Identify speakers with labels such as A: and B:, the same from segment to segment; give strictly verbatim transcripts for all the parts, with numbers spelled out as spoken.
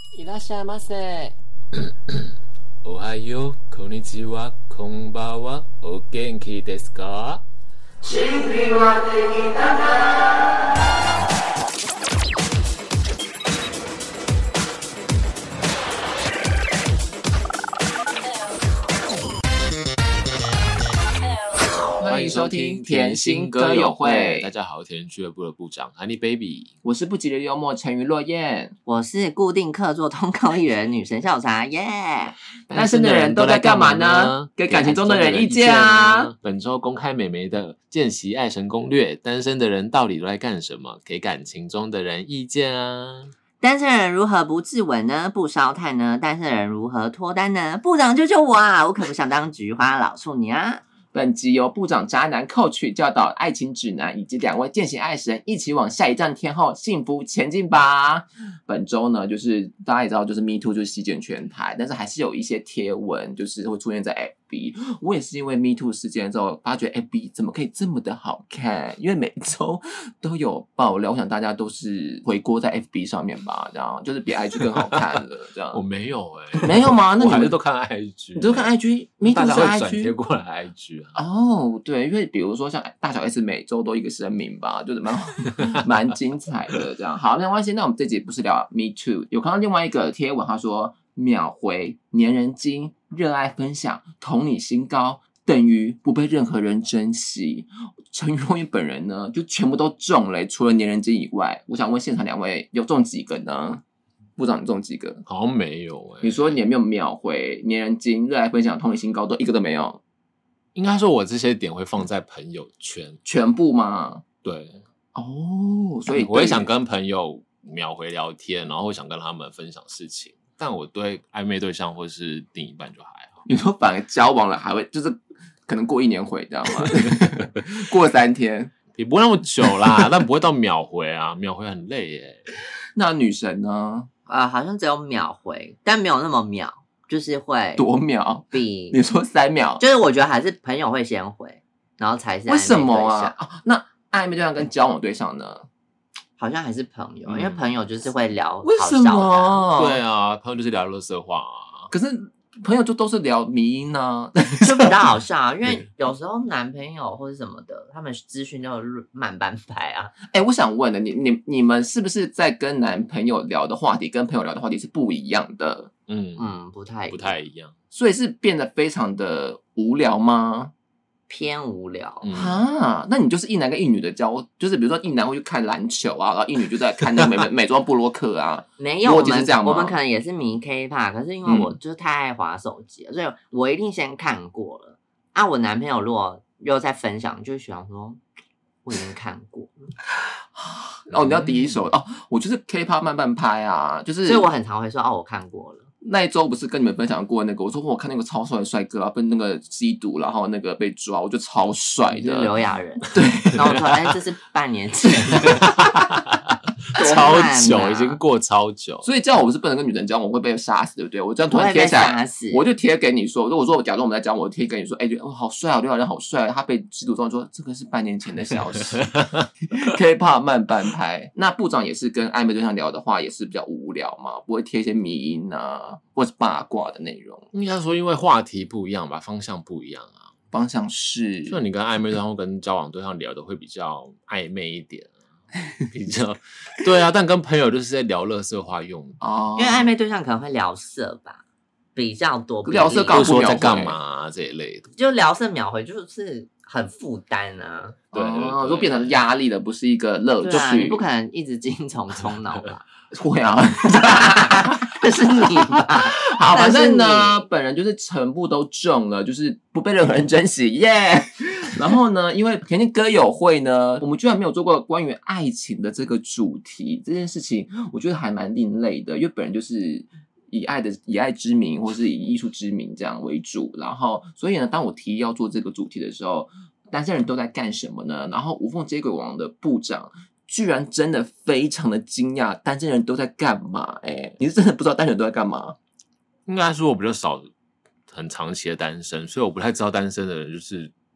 A: いらっしゃいませ。
B: おはよう、こんにちは、こんばんは、お元気ですか？
C: 準備はできたか？
A: 欢迎收听甜心歌友会。
B: 大家好，甜心俱乐部的部长 Honey Baby，
A: 我是不急的幽默陈于落雁，
D: 我是固定客座通告艺人女神笑茶耶。Yeah!
A: 单身的人都在干嘛呢？给感情中的人意见啊！
B: 本周公开美眉的见习爱神攻略，单身的人到底都在干什么？给感情中的人意见啊！
D: 单身人如何不自稳呢？不烧炭呢？单身人如何脱单呢？部长救救我啊！我可不想当菊花老处女啊！
A: 本集由部长渣男 Coach 教导爱情指南，以及两位践行爱神一起往下一站天后幸福前进吧。本周呢，就是大家也知道，就是 Me Too 就是席卷全台，但是还是有一些贴文就是会出现在 F B。我也是因为 Me Too 事件之后，发觉 F B 怎么可以这么的好看？因为每周都有爆料，我想大家都是回锅在 F B 上面吧，这样就是比 I G 更好看了。这样
B: 我没有哎、欸，
A: 没有吗？那你们
B: 我还是都看 I G，
A: 你都看 I G，Me Too 是 I G，
B: 大家会转贴过来 I G 啊。
A: 哦，对，因为比如说像大小 S 每周都一个声明吧，就是蛮蛮精彩的这样。好，没关系，那我们这集不是聊 Me Too， 有看到另外一个贴文，他说秒回粘人精，热爱分享，同理心高，等于不被任何人珍惜。陈若云本人呢，就全部都中了，除了粘人精以外，我想问现场两位有中几个呢？部长，你中几个？
B: 好像没有哎、欸。
A: 你说你有没有秒回粘人精、热爱分享、同理心高，都一个都没有？
B: 应该说我这些点会放在朋友圈，
A: 全部吗？
B: 对，
A: 哦，所以
B: 我也想跟朋友秒回聊天，然后想跟他们分享事情，但我对暧昧对象或是另一半就还好。
A: 你说反而交往了还会就是可能过一年回，知道吗？过三天
B: 也不会那么久啦，但不会到秒回啊，秒回很累耶。
A: 那女神呢？
D: 啊、呃，好像只有秒回，但没有那么秒。就是会
A: 多秒，
D: 比
A: 你说三秒，
D: 就是我觉得还是朋友会先回，然后才是暧昧对象。
A: 为什么啊？啊那暧昧对象跟交往对象呢？
D: 好像还是朋友，
B: 嗯、
D: 因为朋友就是会聊
A: 为什么？
B: 对啊，朋友就是聊垃圾话啊。
A: 可是朋友就都是聊迷因啊，
D: 就比较好笑啊。因为有时候男朋友或者什么的，他们资讯就慢半拍啊。
A: 哎、欸，我想问的，你你你们是不是在跟男朋友聊的话题跟朋友聊的话题是不一样的？
B: 嗯
D: 嗯，不太
B: 不太一样，
A: 所以是变得非常的无聊吗？
D: 偏无聊
A: 啊、嗯！那你就是一男跟一女的交，就是比如说一男会去看篮球啊，然后一女就在看那个美美妆部落客啊。
D: 没有，我们
A: 是这样吗？
D: 我们可能也是迷 K-pop， 可是因为我就是太爱滑手机了、嗯，所以我一定先看过了啊。我男朋友如果又在分享，就会想说我已经看过了。
A: 哦，你要第一手哦，我就是 K-pop 慢慢拍啊，就是，
D: 所以我很常会说哦，我看过了。
A: 那一周不是跟你们分享过那个？我说我看那个超帅的帅哥啊，被那个吸毒，然后那个被抓，我就超帅的。
D: 刘亚仁，
A: 对，
D: 然后我说，哎、欸，这是半年前，
B: 超久，已经过超久。
A: 所以这样我不是不能跟女人交往，我会被杀死，对不对？我这样突然贴起来，我就贴给你说，如果说我假装我们在交往，我贴给你说，哎、欸，哦，好帅啊，刘亚仁好帅啊，他被吸毒之后说这个是半年前的消息。K-pop 慢半拍，那部长也是跟暧昧对象聊的话，也是比较无聊嘛，不会贴一些迷因啊。或是八卦的内容，
B: 应该说因为话题不一样吧，方向不一样啊。
A: 方向是，
B: 就你跟暧昧对象跟交往对象聊的会比较暧昧一点，比较对啊。但跟朋友就是在聊垃圾话用
A: 哦，
D: 因为暧昧对象可能会聊色吧，比较多。
A: 聊色告诉
B: 说在干嘛、啊、这一类的，
D: 就聊色秒回就是很负担啊。
A: 对，哦，都变成压力了，不是一个乐趣。
D: 啊、你不可能一直精虫充脑吧？
A: 会啊。
D: 这是你吧？
A: 好，反正呢，本人就是全部都中了，就是不被任何人珍惜，耶、yeah! 然后呢，因为甜甜歌友会呢，我们居然没有做过关于爱情的这个主题，这件事情我觉得还蛮另类的，因为本人就是以爱的以爱之名，或是以艺术之名这样为主，然后所以呢，当我提议要做这个主题的时候，单身人都在干什么呢？然后无缝接轨网的部长。居然真的非常的惊讶，单身人都在干嘛？哎、欸，你是真的不知道单身人都在干嘛？
B: 应该说我比较少很长期的单身，所以我不太知道单身的人就是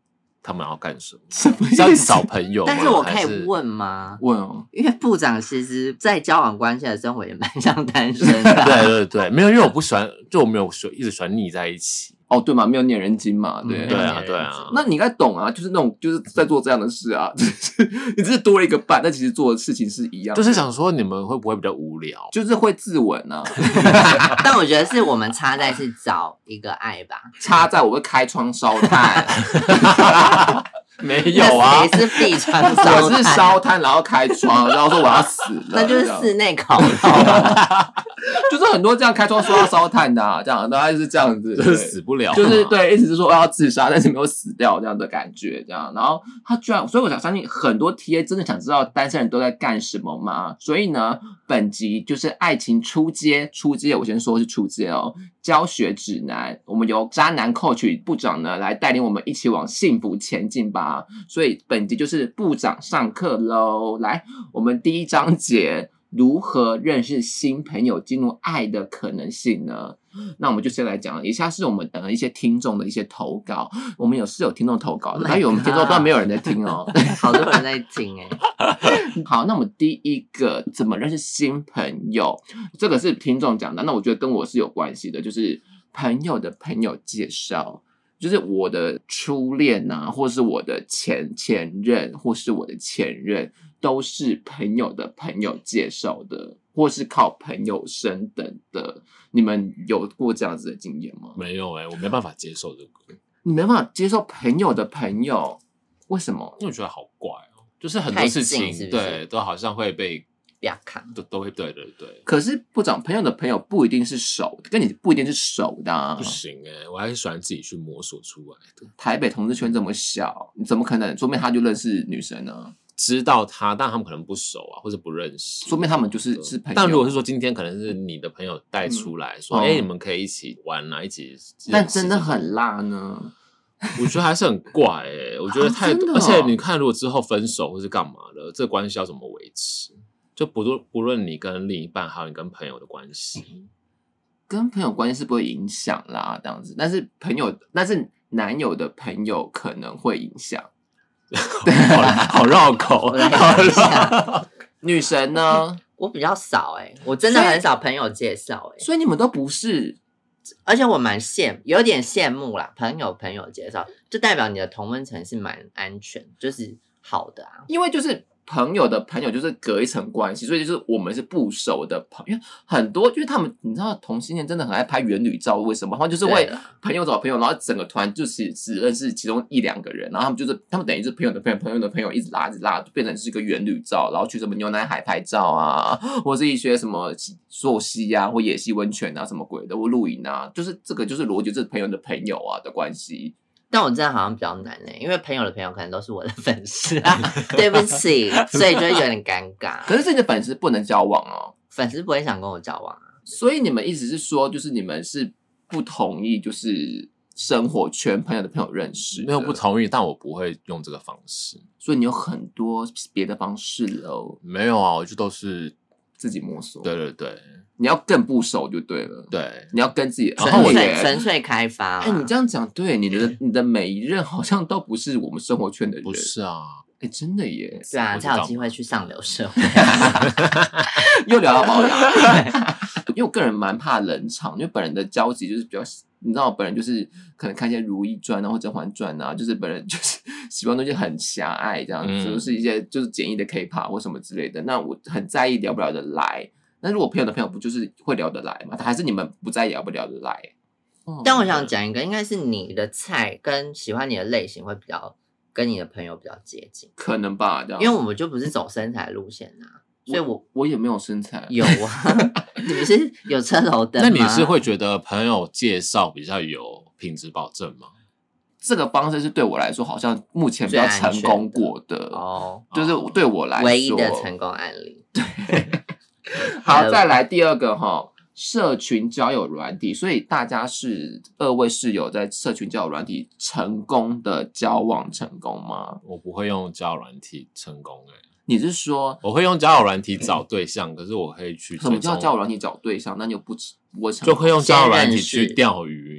B: 他们要干什么？
A: 什么意思
B: 是要找朋友吗？
D: 但是我可
B: 还
D: 以问吗？
A: 问哦，
D: 因为部长其实在交往关系的生活也蛮像单身的、啊。
B: 对对对，没有，因为我不喜欢，就我没有喜一直喜欢腻在一起。
A: 哦，对嘛，没有念人精嘛，对。
D: 嗯
B: 对啊，对啊。
A: 那你应该懂啊，就是那种就是在做这样的事啊，只是你只是多了一个伴，但其实做的事情是一样的，
B: 就是想说你们会不会比较无聊？
A: 就是会自刎啊。
D: 但我觉得是我们差在是找一个爱吧，
A: 插在我会开窗烧炭。
B: 没有啊，
D: 谁是闭窗烧炭？
A: 我是烧炭，然后开窗，然后说我要死了，
D: 那就是室内烤肉。
A: 就是很多这样开窗说要烧炭的、啊，这样大概是这样子，
B: 就是死不了，
A: 就是对，意思是说要自杀，但是没有死掉这样的感觉，这样。然后他居然，所以我想相信很多 T A 真的想知道单身人都在干什么吗？所以呢，本集就是爱情初阶，初阶我先说是初阶哦，教学指南，我们由渣男 coach 部长呢来带领我们一起往幸福前进吧。所以本集就是部长上课喽，来，我们第一章节。如何认识新朋友进入爱的可能性呢？那我们就先来讲，以下是我们的一些听众的一些投稿。我们有是有听众投稿的，还以为我们听众都没有人在听哦，
D: 好多人在听哎、
A: 欸。好，那我们第一个怎么认识新朋友？这个是听众讲的，那我觉得跟我是有关系的，就是朋友的朋友介绍。就是我的初恋啊，或是我的前前任，或是我的前任，都是朋友的朋友介绍的，或是靠朋友生等的。你们有过这样子的经验吗？
B: 没有哎、欸，我没办法接受这个。
A: 你没办法接受朋友的朋友，为什么？
B: 因为我觉得好怪哦，就是很多事情
D: 是是
B: 对都好像会被。
D: 不要看，
B: 都都会对对对。
A: 可是部长朋友的朋友不一定是熟的，跟你不一定是熟的、啊。
B: 不行哎、欸，我还是喜欢自己去摸索出来的。
A: 台北同志圈这么小，你怎么可能？说明他就认识女生呢？
B: 知道他，但他们可能不熟啊，或者不认识。
A: 说明他们就是是朋友。
B: 但如果是说今天可能是你的朋友带出来、嗯、说，哎、欸，你们可以一起玩啊，一起。
A: 但真的很辣呢。
B: 我觉得还是很怪哎、欸，我觉得太多、啊哦，而且你看，如果之后分手或是干嘛的，这个关系要怎么维持？就不论不论你跟另一半，还有你跟朋友的关系，
A: 跟朋友关系是不会影响啦，这样子。但是朋友，但是男友的朋友可能会影响。
B: 好, 好绕口，好绕。
A: 女神呢？
D: 我比较少哎、欸，我真的很少朋友介绍哎、欸，
A: 所以你们都不是。
D: 而且我蛮羡，有点羡慕啦。朋友朋友介绍，就代表你的同温层是蛮安全，就是好的啊。
A: 因为就是朋友的朋友就是隔一层关系，所以就是我们是不熟的朋友。因为很多，因为他们你知道同性恋真的很爱拍远旅照，为什么？他们就是会朋友找朋友，然后整个团就是只认识其中一两个人，然后他们就是他们等于是朋友的朋友，朋友的朋友一直拉，一直拉，就变成是一个远旅照，然后去什么牛奶海拍照啊，或是一些什么溯溪啊，或野溪温泉啊，什么鬼的，或露营啊，就是这个就是逻辑，就是朋友的朋友啊的关系。
D: 但我真的好像比较难欸，因为朋友的朋友可能都是我的粉丝啊，对不起，所以就会有点尴尬。
A: 可是这些粉丝不能交往哦，
D: 粉丝不会想跟我交往啊。
A: 所以你们意思是说，就是你们是不同意，就是生活圈朋友的朋友认识？
B: 没有不同意，但我不会用这个方式。
A: 所以你有很多别的方式喽？
B: 没有啊，我就都是
A: 自己摸索。
B: 对对对。
A: 你要更不熟就对了，
B: 对，
A: 你要跟自己
D: 纯粹纯粹开发。
A: 哎、欸，你这样讲对，你的你的每一任好像都不是我们生活圈的人，
B: 不是啊？
A: 哎、欸，真的耶，
D: 对啊，才有机会去上流社会。
A: 又聊到保养，因为我个人蛮怕冷场，因为本人的交集就是比较，你知道，我本人就是可能看一些《如懿传》啊或《甄嬛传》啊，就是本人就是喜欢东西很狭隘，这样子，嗯、就是一些就是简易的 K-pop 或什么之类的。那我很在意聊不聊得来。那如果朋友的朋友不就是会聊得来吗？还是你们不再聊不聊得来？
D: 但我想讲一个，应该是你的菜跟喜欢你的类型会比较跟你的朋友比较接近，
A: 可能吧？这样，
D: 因为我们就不是走身材路线啊，所以我
A: 我, 我也没有身材，
D: 有啊，你们是有车头灯吗？
B: 那你是会觉得朋友介绍比较有品质保证吗？
A: 这个方式是对我来说好像目前比较成功过的
D: 哦，
A: 就是对我来说
D: 唯一的成功案例。
A: 对。好，再来第二个哈，社群交友软体，所以大家是二位室友在社群交友软体成功的交往成功吗？
B: 我不会用交友软体成功哎、欸，
A: 你是说
B: 我会用交友软体找对象，可是我可以去
A: 什么叫交友软体找对象？那你又不不会成功，
B: 就会用交友软体去钓鱼，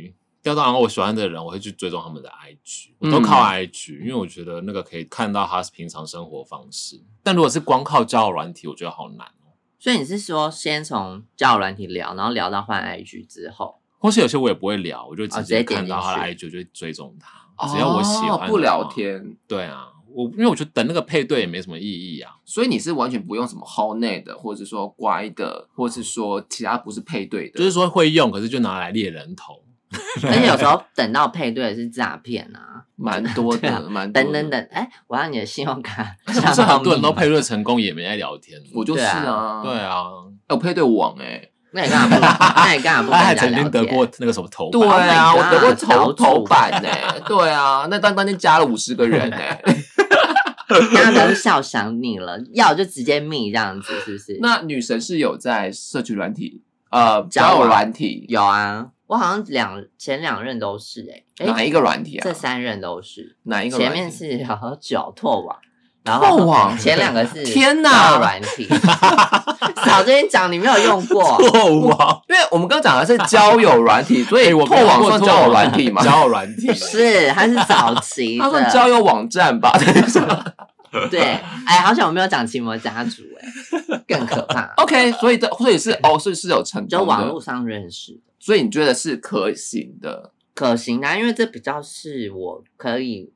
B: 钓到我喜欢的人，我会去追踪他们的 I G， 我都靠 I G，、嗯、因为我觉得那个可以看到他平常生活方式。但如果是光靠交友软体，我觉得好难哦。
D: 所以你是说先从交友软体聊，然后聊到换 I G 之后，
B: 或是有些我也不会聊，我就直接看到他的 I G 就追踪他、哦，只要我喜欢
A: 不聊天。
B: 对啊，我因为我觉得等那个配对也没什么意义啊。
A: 所以你是完全不用什么 Hot 内的，或者是说乖的，或者是说其他不是配对的，
B: 就是说会用，可是就拿来猎人头。
D: 而且有时候等到配对的是诈骗啊，
A: 蛮多的，蛮、啊、
D: 等等等，哎、欸，我要你的信用卡。
B: 不是很多人都配对成功，也没在聊天。
A: 我就是啊，
B: 对啊，
A: 我配对网哎、欸，
D: 那你干嘛不？那你干嘛不跟人家聊天？他还曾
B: 经得过那个什么头版。
A: 对啊， oh、我得过头头版哎、欸，对啊，那当当天加了五十个人哎、欸。
D: 大家都笑想你了，要就直接密这样子，是不是？
A: 那女神是有在社区软体，呃，交友软体
D: 有啊，我好像两前两任都是哎、欸，
A: 哪一个软体啊？
D: 这三任都是
A: 哪一个软体？
D: 前面是喝酒拓网，然
A: 后拓网
D: 前两个是
A: 天
D: 哪交友软体。早之前讲你没有用过
B: 拓网，
A: 因为我们刚刚讲的是交友软体，所以拓网算交友软体吗？
B: 交友软体
D: 是，它是早期的，
A: 它算交友网站吧？
D: 对，哎，好像我没有讲奇摩家族、欸，哎，更可怕。
A: OK， 所以这所以是哦，所以是有成功的，
D: 就网络上认识的，
A: 所以你觉得是可行的？
D: 可行的、啊，因为这比较是我可以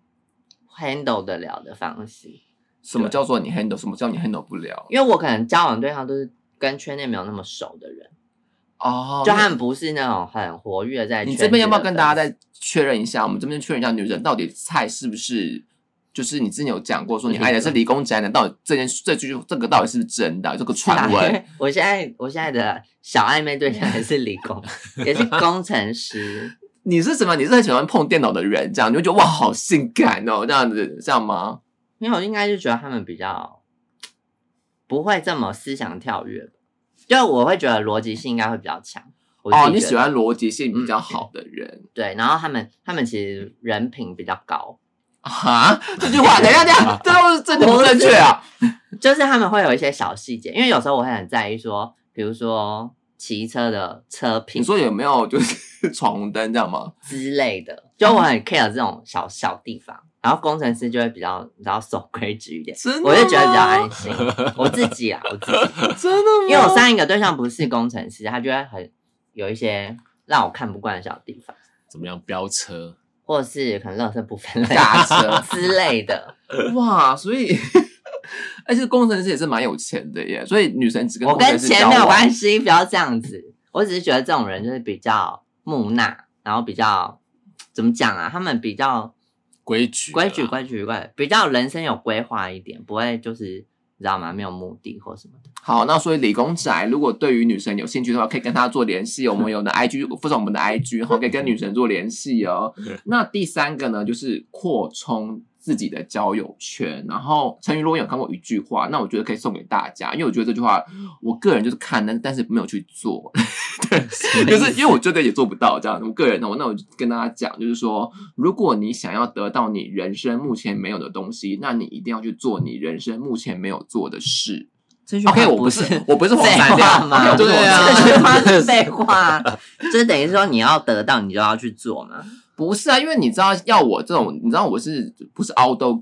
D: handle 得了的方式。
A: 什么叫做你 handle？ 什么叫你 handle 不了？
D: 因为我可能交往对象都是跟圈内没有那么熟的人。
A: 哦，
D: 就他们不是那种很活跃在圈子的。
A: 你这边要不要跟大家再确认一下？我们这边确认一下，女人到底菜是不是？就是你之前有讲过说你爱的是理工宅男，到底这件这句这个到底是不是真的？这个传闻，
D: 我现在我现在的小暧昧对象也是理工，也是工程师。
A: 你是什么？你是很喜欢碰电脑的人，这样你就觉得哇，好性感哦，这样子，这样吗？
D: 因为我应该就觉得他们比较不会这么思想跳跃，就我会觉得逻辑性应该会比较强。
A: 哦，你喜欢逻辑性比较好的人，嗯、
D: 对，然后他们他们其实人品比较高。
A: 啊，这句话等一下，等一下，这都是正确不正确啊？
D: 就是他们会有一些小细节，因为有时候我会很在意说，比如说骑车的车品，
A: 你说有没有就是闯红灯这样吗？
D: 之类的，就我很 care 这种小小地方。然后工程师就会比较比较守规矩一点，
A: 真的
D: 我就觉得比较安心。我自己啊，我自己
A: 真的吗？
D: 因为我上一个对象不是工程师，他就会很有一些让我看不惯的小地方，
B: 怎么样飙车？
D: 或者是可能垃圾不分类、
A: 尬车
D: 之类的，
A: 哇！所以，而且工程师也是蛮有钱的耶。所以女神只跟
D: 我跟钱没有关系，不要这样子。我只是觉得这种人就是比较木讷，然后比较怎么讲啊？他们比较
B: 规矩、
D: 规矩、规矩、规矩，比较人生有规划一点，不会就是你知道吗？没有目的或什么的。
A: 好，那所以理工宅如果对于女神有兴趣的话，可以跟她做联系。我们有的 I G 附上我们的 I G， 然后可以跟女神做联系哦。那第三个呢，就是扩充自己的交友圈。然后陈瑜如果有看过一句话，那我觉得可以送给大家，因为我觉得这句话我个人就是看，但但是没有去做。对，就是因为我觉得也做不到这样。我个人呢，我那我就跟大家讲，就是说，如果你想要得到你人生目前没有的东西，那你一定要去做你人生目前没有做的事。OK， 我不是我不是黄山这样
D: 吗？
A: 对
D: 啊，这句话是废话，就是等于说你要得到，你就要去做嘛。
A: 不是啊，因为你知道，要我这种，你知道我是不是 outdoor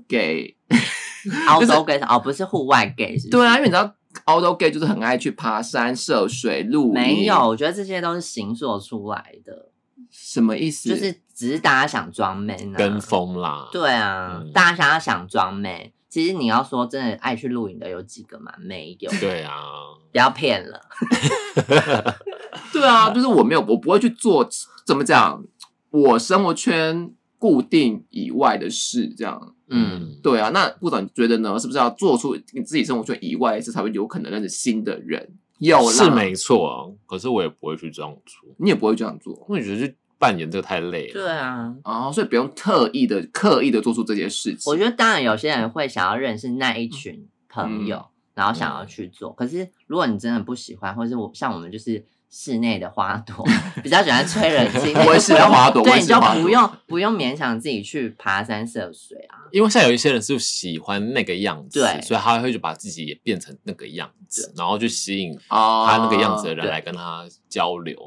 A: gay？outdoor
D: gay 哦，不是户外 gay 是不是？
A: 对啊，因为你知道 outdoor gay 就是很爱去爬山、涉水、露营。
D: 没有，我觉得这些都是形塑出来的。
A: 什么意思？
D: 就是只是大家想装 man 啊，
B: 跟风啦。
D: 对啊，嗯、大家想要想装 man。其实你要说真的爱去露营的有几个嘛？没有。
B: 对啊，
D: 不要骗了。
A: 对啊，就是我没有，我不会去做怎么讲，我生活圈固定以外的事，这样。嗯，对啊。那部长你觉得呢？是不是要做出你自己生活圈以外的事，才会有可能认识新的人？有啦
B: 是没错啊，可是我也不会去这样做。
A: 你也不会这样做，
B: 我觉得扮演这个太累了。
D: 对啊，
A: 哦，所以不用特意的、刻意的做出这些事情。
D: 我觉得当然有些人会想要认识那一群朋友，嗯、然后想要去做。嗯、可是如果你真的不喜欢，或者是我像我们就是室内的花朵，比较喜欢吹冷气，
A: 我也喜欢花朵，
D: 对，你就不用不用勉强自己去爬山涉水啊。
B: 因为像有一些人是喜欢那个样子，
D: 对，
B: 所以他会就把自己也变成那个样子，然后去吸引他那个样子的人来跟他交流。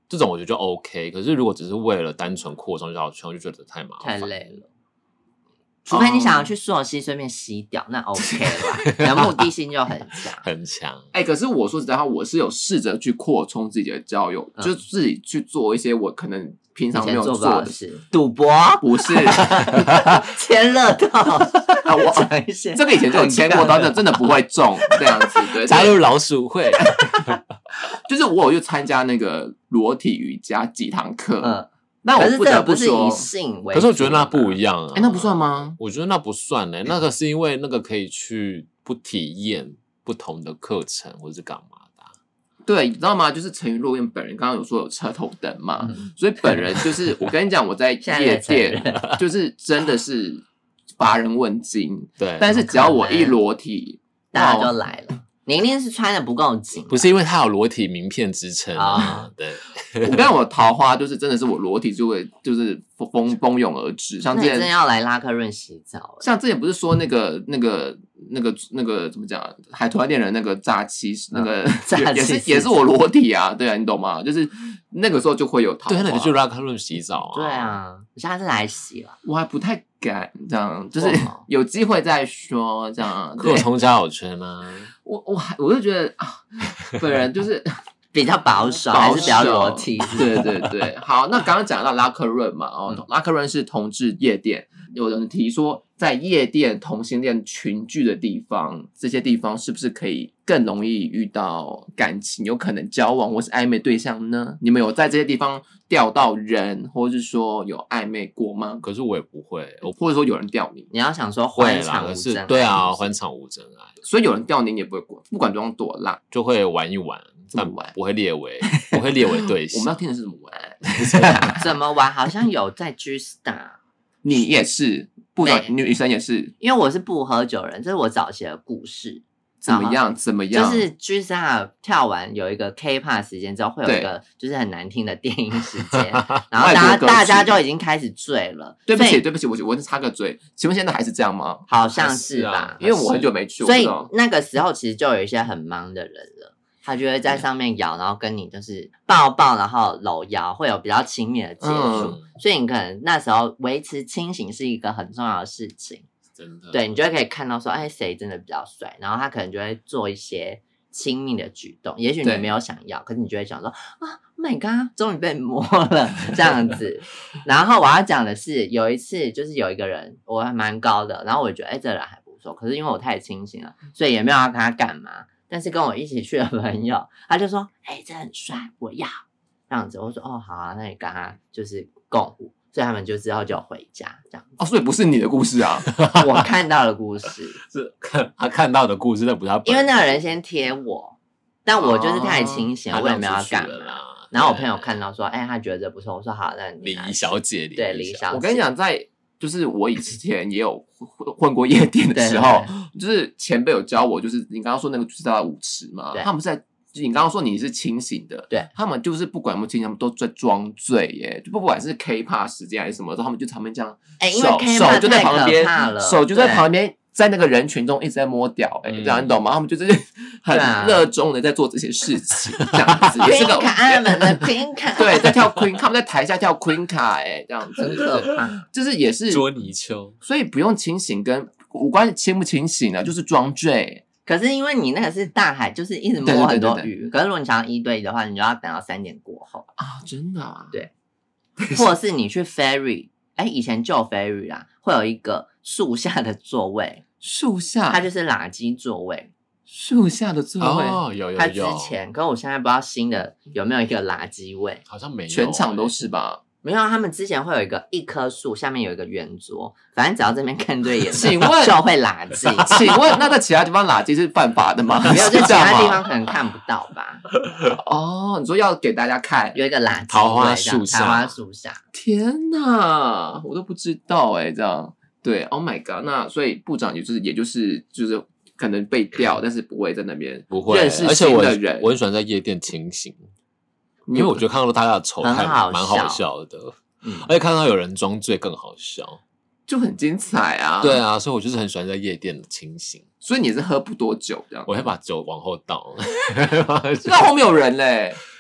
B: 这种我觉得就 OK。可是如果只是为了单纯扩充小圈，我就觉得太麻烦，
D: 太累了。除非你想要去溯溪顺便吸掉，那 OK 了，你的目的性就很强，
B: 很强。
A: 哎、欸，可是我说实在话，我是有试着去扩充自己的交友，嗯、就是自己去做一些我可能平常没有做的
D: 事，赌博
A: 不是
D: 签乐透
A: 啊，我
D: 讲一些
A: 这个以前就有签过，但是真的不会中这样子，对，
B: 加入老鼠会，
A: 就是我有去参加那个裸体瑜伽几堂课，
D: 嗯。
A: 那我不得
D: 不
A: 说，
D: 以性为
B: 可是我觉得那不一样啊。
A: 哎、欸，那不算吗？
B: 我觉得那不算呢、欸，那个是因为那个可以去不体验不同的课程或者是干嘛的、啊。
A: 对，你知道吗？就是陈瑜若燕本人刚刚有说有车头灯嘛，嗯、所以本人就是我跟你讲，我在夜店就是真的是乏人问津。
B: 对，
A: 但是只要我一裸体，
D: 大家就来了。你一定是穿的不够紧，
B: 不是因为他有裸体名片支撑啊。对，
A: 我跟我桃花就是真的是我裸体就会就是蜂蜂拥而至。像之前
D: 真的要来拉克润洗澡，
A: 像之前不是说那个那个那个那个怎么讲，海豚店的那个诈欺那个、嗯、也是也是我裸体啊，对啊，你懂吗？就是那个时候就会有桃花，
B: 对，那你就拉克润洗澡啊。
D: 对啊，你下次来洗了，
A: 我还不太敢这样，就是有机会再说这样。
B: 扩充交友圈啊。
A: 我我我就觉得啊，本人就是
D: 比较保守，
A: 保守
D: 还是比较裸体。
A: 对对对，好，那刚刚讲到拉克润嘛，哦，嗯、拉克润是同志夜店，有人提说，在夜店同性恋群聚的地方，这些地方是不是可以更容易遇到感情，有可能交往或是暧昧对象呢？你们有在这些地方钓到人，或是说有暧昧过吗？
B: 可是我也不会，
A: 或者说有人钓你，
D: 你要想说欢场无真爱，
B: 对啊，欢场无真爱，
A: 所以有人钓你，你也不会过，不管对方多烂，
B: 就会玩一玩，但不会列为不会列为对象。
A: 我们要听的是怎么玩？
D: 怎么玩？好像有在 G Star，
A: 你也是，不少女生也是，
D: 因为我是不喝酒人，这是我早期的故事。
A: 怎么样？怎么样？
D: 就是 G Star 跳完有一个 K-pop 时间之后，会有一个就是很难听的电音时间，然后大家大家就已经开始醉了。
A: 对不起，对不起，我我插个嘴，请问现在还是这样吗？
D: 好像是吧，
A: 啊、因为我很久没去，
D: 所以那个时候其实就有一些很忙的人了，他就会在上面摇，然后跟你就是抱抱，然后搂腰，会有比较亲密的接触。嗯、所以你可能那时候维持清醒是一个很重要的事情。
B: 真的，
D: 对，你就会可以看到说，哎，谁真的比较帅，然后他可能就会做一些亲密的举动，也许你没有想要，可是你就会想说，啊 ，Oh my god， 终于被摸了这样子。然后我要讲的是，有一次就是有一个人，我还蛮高的，然后我就觉得，哎，这个人还不错，可是因为我太清醒了，所以也没有要跟他干嘛。但是跟我一起去的朋友，他就说，哎，这很帅，我要这样子。我说，哦，好啊，那你跟他就是共舞。所以他们就之后就回家这样
A: 哦，所以不是你的故事啊，
D: 我看到的故事
B: 是看他看到的故事，那不是他本人。
D: 因为那个人先贴我，但我就是太清醒了，哦、我也没有要干嘛。然后我朋友看到说，哎、欸，他觉得这不错，我说好，那你
B: 李小姐，
D: 对李小姐，
A: 我跟你讲，在就是我以前也有混过夜店的时候，就是前辈有教我，就是你刚刚说那个就是在舞池嘛，他们在。你刚刚说你是清醒的，
D: 对，
A: 他们就是不管有没有清醒，他们都在装醉耶，就不管是 K-pop 时间还是什么，他们就他们这样，
D: 哎、欸，因为
A: K-pop 手就在旁边，
D: 了
A: 手就在旁边，在那个人群中一直在摸屌，哎、嗯，这样你懂吗？他们就是很热衷的在做这些事情，这样子也是个
D: Queen 们的 Queen 卡，
A: 对，在跳 Queen， 他们在台下跳 Queen 卡，哎，这样子，
D: 很可怕，
A: 就是也是
B: 捉泥鳅，
A: 所以不用清醒跟无关清不清醒的，就是装醉。
D: 可是因为你那个是大海，就是一直摸很多鱼。对对对对，可是如果你想要一对一的话，你就要等到三点过后
A: 啊，真的啊？
D: 对，或者是你去 ferry， 哎，以前就有 ferry 啦，会有一个树下的座位，
A: 树下，
D: 它就是垃圾座位，
A: 树下的座位，
B: 哦，有有有。
D: 它之前，可是我现在不知道新的有没有一个垃圾位，
B: 好像没有，
A: 全场都是吧？
D: 没有，他们之前会有一个一棵树，下面有一个圆桌，反正只要这边看对眼，
A: 请问
D: 就会垃圾。
A: 请问那在其他地方垃圾是犯法的吗？
D: 没有，就其他地方可能看不到吧。
A: 哦，你说要给大家看
D: 有一个垃圾
B: 桃花树下，
D: 桃花树下。
A: 天哪，我都不知道哎、欸，这样对 ，Oh my god， 那所以部长也就是也就是就是可能被调，但是不会在那边
B: 不会
A: 认识新的人。
B: 而且我我很喜欢在夜店清醒。因为我觉得看到大家的丑态蛮好笑的，嗯，而且看到有人装醉更好笑，
A: 就很精彩啊！
B: 对啊，所以我就是很喜欢在夜店的清醒。
A: 所以你是喝不多酒这样？
B: 我会把酒往后倒，
A: 那后面有人嘞，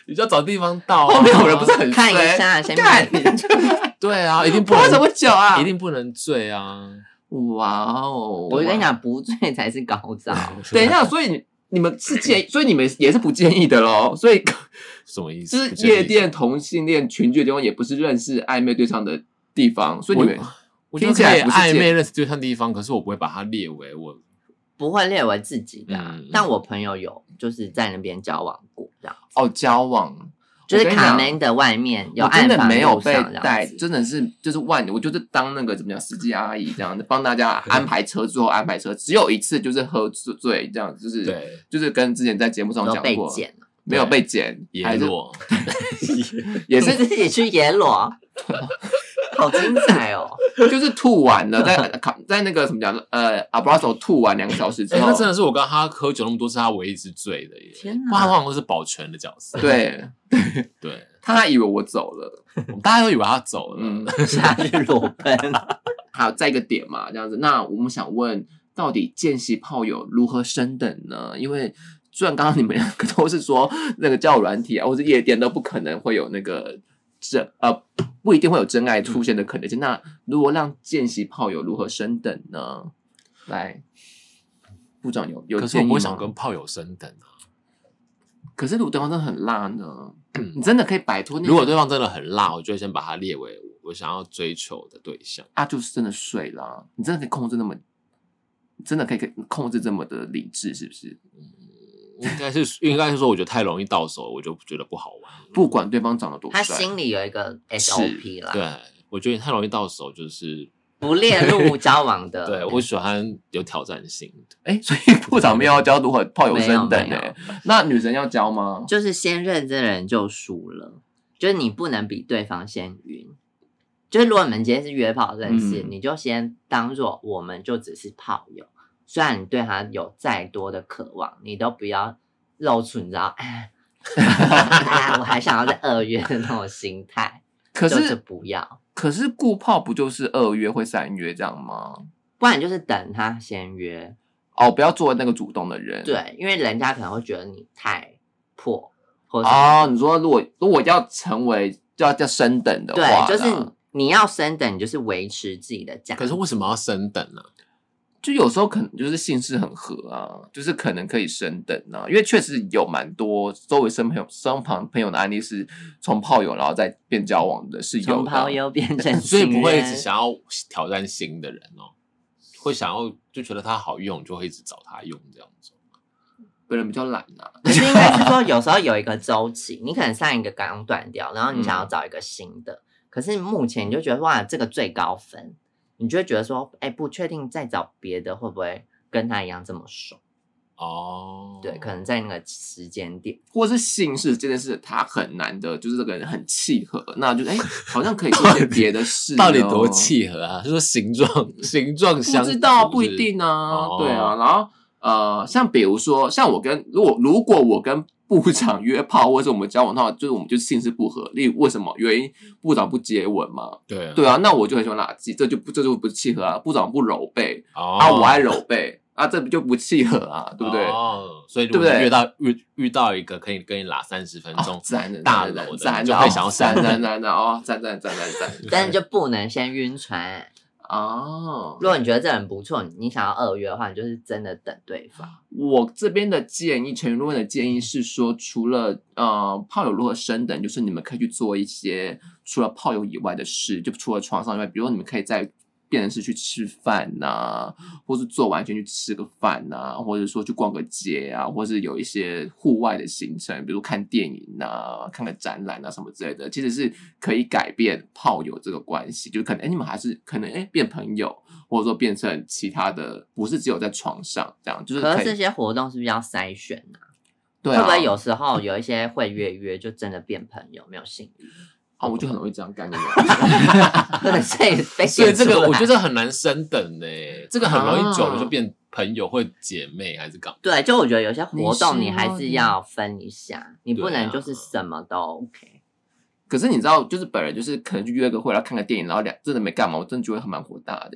B: 你就要找地方倒、啊。
A: 后面有人不是很
D: 看一下，先看。
B: 对啊，一定不能
A: 喝什么酒啊？
B: 一定不能醉啊！
A: 哇哦！
D: 我跟你讲，不醉才是高招。
A: 等一下，所以你你们是建，所以你们也是不建议的咯。所以
B: 什么意思？
A: 就是夜店、同性恋群聚的地方，也不是认识暧昧对象的地方。所以你们
B: 我听起来暧昧认识对象的地方，可是我不会把它列为我
D: 不会列为自己的、啊
B: 嗯，
D: 但我朋友有就是在那边交往过这样。
A: 哦，交往。
D: 就是卡门的外面有
A: 暗房，真的没有被带，
D: 真
A: 真的是就是万，我就是当那个怎么讲司机阿姨这样子，帮大家安排车，最后安排车，只有一次就是喝醉这样，就是
B: 对，
A: 就是跟之前在节目上讲过，没有被剪，
B: 野裸，
A: 也是
D: 自己去野裸，好精彩哦！
A: 就是吐完了，在在那个什么讲呃阿布拉索吐完两个小时之后，
B: 欸、那真的是我跟他喝酒那么多次，他唯一一次醉的耶。
D: 天哪！
B: 他好像都是保全的角色。
A: 对
B: 对，
A: 他还以为我走了，
B: 我们大家都以为他走了，
A: 嗯，
D: 夏日裸奔。
A: 还有再一个点嘛，这样子。那我们想问，到底见习炮友如何升等呢？因为虽然刚刚你们两个都是说那个交友软体啊，或者夜店都不可能会有那个真呃不一定会有真爱出现的可能性。嗯、那如果让见习炮友如何升等呢？来，部长有有建议吗？
B: 可是我不会想跟炮友升等啊。
A: 可是如果对方真的很辣呢？嗯、你真的可以摆脱那个？
B: 如果对方真的很辣，我就会先把他列为我想要追求的对象。
A: 啊，就是真的睡啦，你真的可以控制那么，真的可以控制这么的理智，是不是？
B: 嗯应该是应该是说，我觉得太容易到手，我就觉得不好玩。
A: 不管对方长得多帅，
D: 他心里有一个 S O P 啦。
B: 对，我觉得太容易到手，就是
D: 不列入交往的。
B: 对，我喜欢有挑战性的。
A: 哎、欸，所以部长没有要教如何炮友升等哎，那女神要教吗？
D: 就是先认真的人就输了，就是你不能比对方先晕。就是如果你们今天是约炮认识，嗯、你就先当作我们就只是炮友。虽然你对他有再多的渴望，你都不要露出你知道，哎，我还想要在二约的那种心态。
A: 可是
D: 就是不要。
A: 可是顾炮不就是二约会三约这样吗？
D: 不然就是等他先约。
A: 哦，不要做那个主动的人。
D: 对，因为人家可能会觉得你太破，或者
A: 哦，你说如果如果要成为要要升等的话，
D: 对，就是你要升等，你就是维持自己的价。
B: 可是为什么要升等呢？
A: 就有时候可能就是性事很合啊，就是可能可以升等啊，因为确实有蛮多周围身朋友身旁朋友的案例是从炮友然后再变交往的，是有的。
D: 从炮友变成
B: 所以不会一直想要挑战新的人哦，会想要就觉得他好用，就会一直找他用这样子。
A: 本人比较懒啊，
D: 可是应该是说有时候有一个周期，你可能上一个刚断掉，然后你想要找一个新的，嗯、可是目前你就觉得哇这个最高分。你就会觉得说，哎、欸，不确定再找别的会不会跟他一样这么爽
B: 哦？
D: 对，可能在那个时间点，
A: 或是性事这件事，他很难的，就是这个人很契合，那就哎、欸，好像可以做些别的事、哦。
B: 到底多契合啊？是说形状形状相
A: 不知道，不一定啊。哦、对啊，然后呃，像比如说，像我跟如果如果我跟部长约炮，或者是我们交往的话，就是我们就是性事不合。例如为什么原因？部长不接吻嘛？
B: 对啊，
A: 对啊，那我就很喜欢垃圾，这就不这就不契合啊。部长不揉背、
B: 哦、
A: 啊，我爱揉背啊，这就不契合啊，对不对？
B: 哦，所以如果遇到遇遇到一个可以跟你拉三十分钟，
A: 赞的
B: 大楼的，
A: 就
B: 会想要
A: 赞赞赞赞哦，赞赞赞赞赞，
D: 但是就不能先晕船。
A: 哦，
D: 如果你觉得这人不错，你想要二约的话，你就是真的等对方。
A: 我这边的建议，陈云论的建议是说，除了呃炮友如何升等，就是你们可以去做一些除了炮友以外的事，就除了床上以外，比如说你们可以在变成是去吃饭呐、啊，或是做完先去吃个饭呐、啊，或者说去逛个街啊，或是有一些户外的行程，比如看电影啊、看个展览啊什么之类的，其实是可以改变炮友这个关系，就是可能哎你们还是可能哎变朋友，或者说变成其他的，不是只有在床上这样，就是可以。
D: 可是这些活动是不是要筛选啊？
A: 对啊，
D: 会不会有时候有一些会约约就真的变朋友，没有性欲？
A: 啊，我就很容易这样干的，
D: 不能被被
B: 所以这个我觉得很难升等呢、欸，这个很容易久了就变朋友或姐妹还是干嘛？
D: 对，就我觉得有些活动你还是要分一下，你不能就是什么都 OK。
A: 可是你知道，就是本人就是可能去约个会，然后看个电影，然后两真的没干嘛，我真的觉得很蛮火大的耶。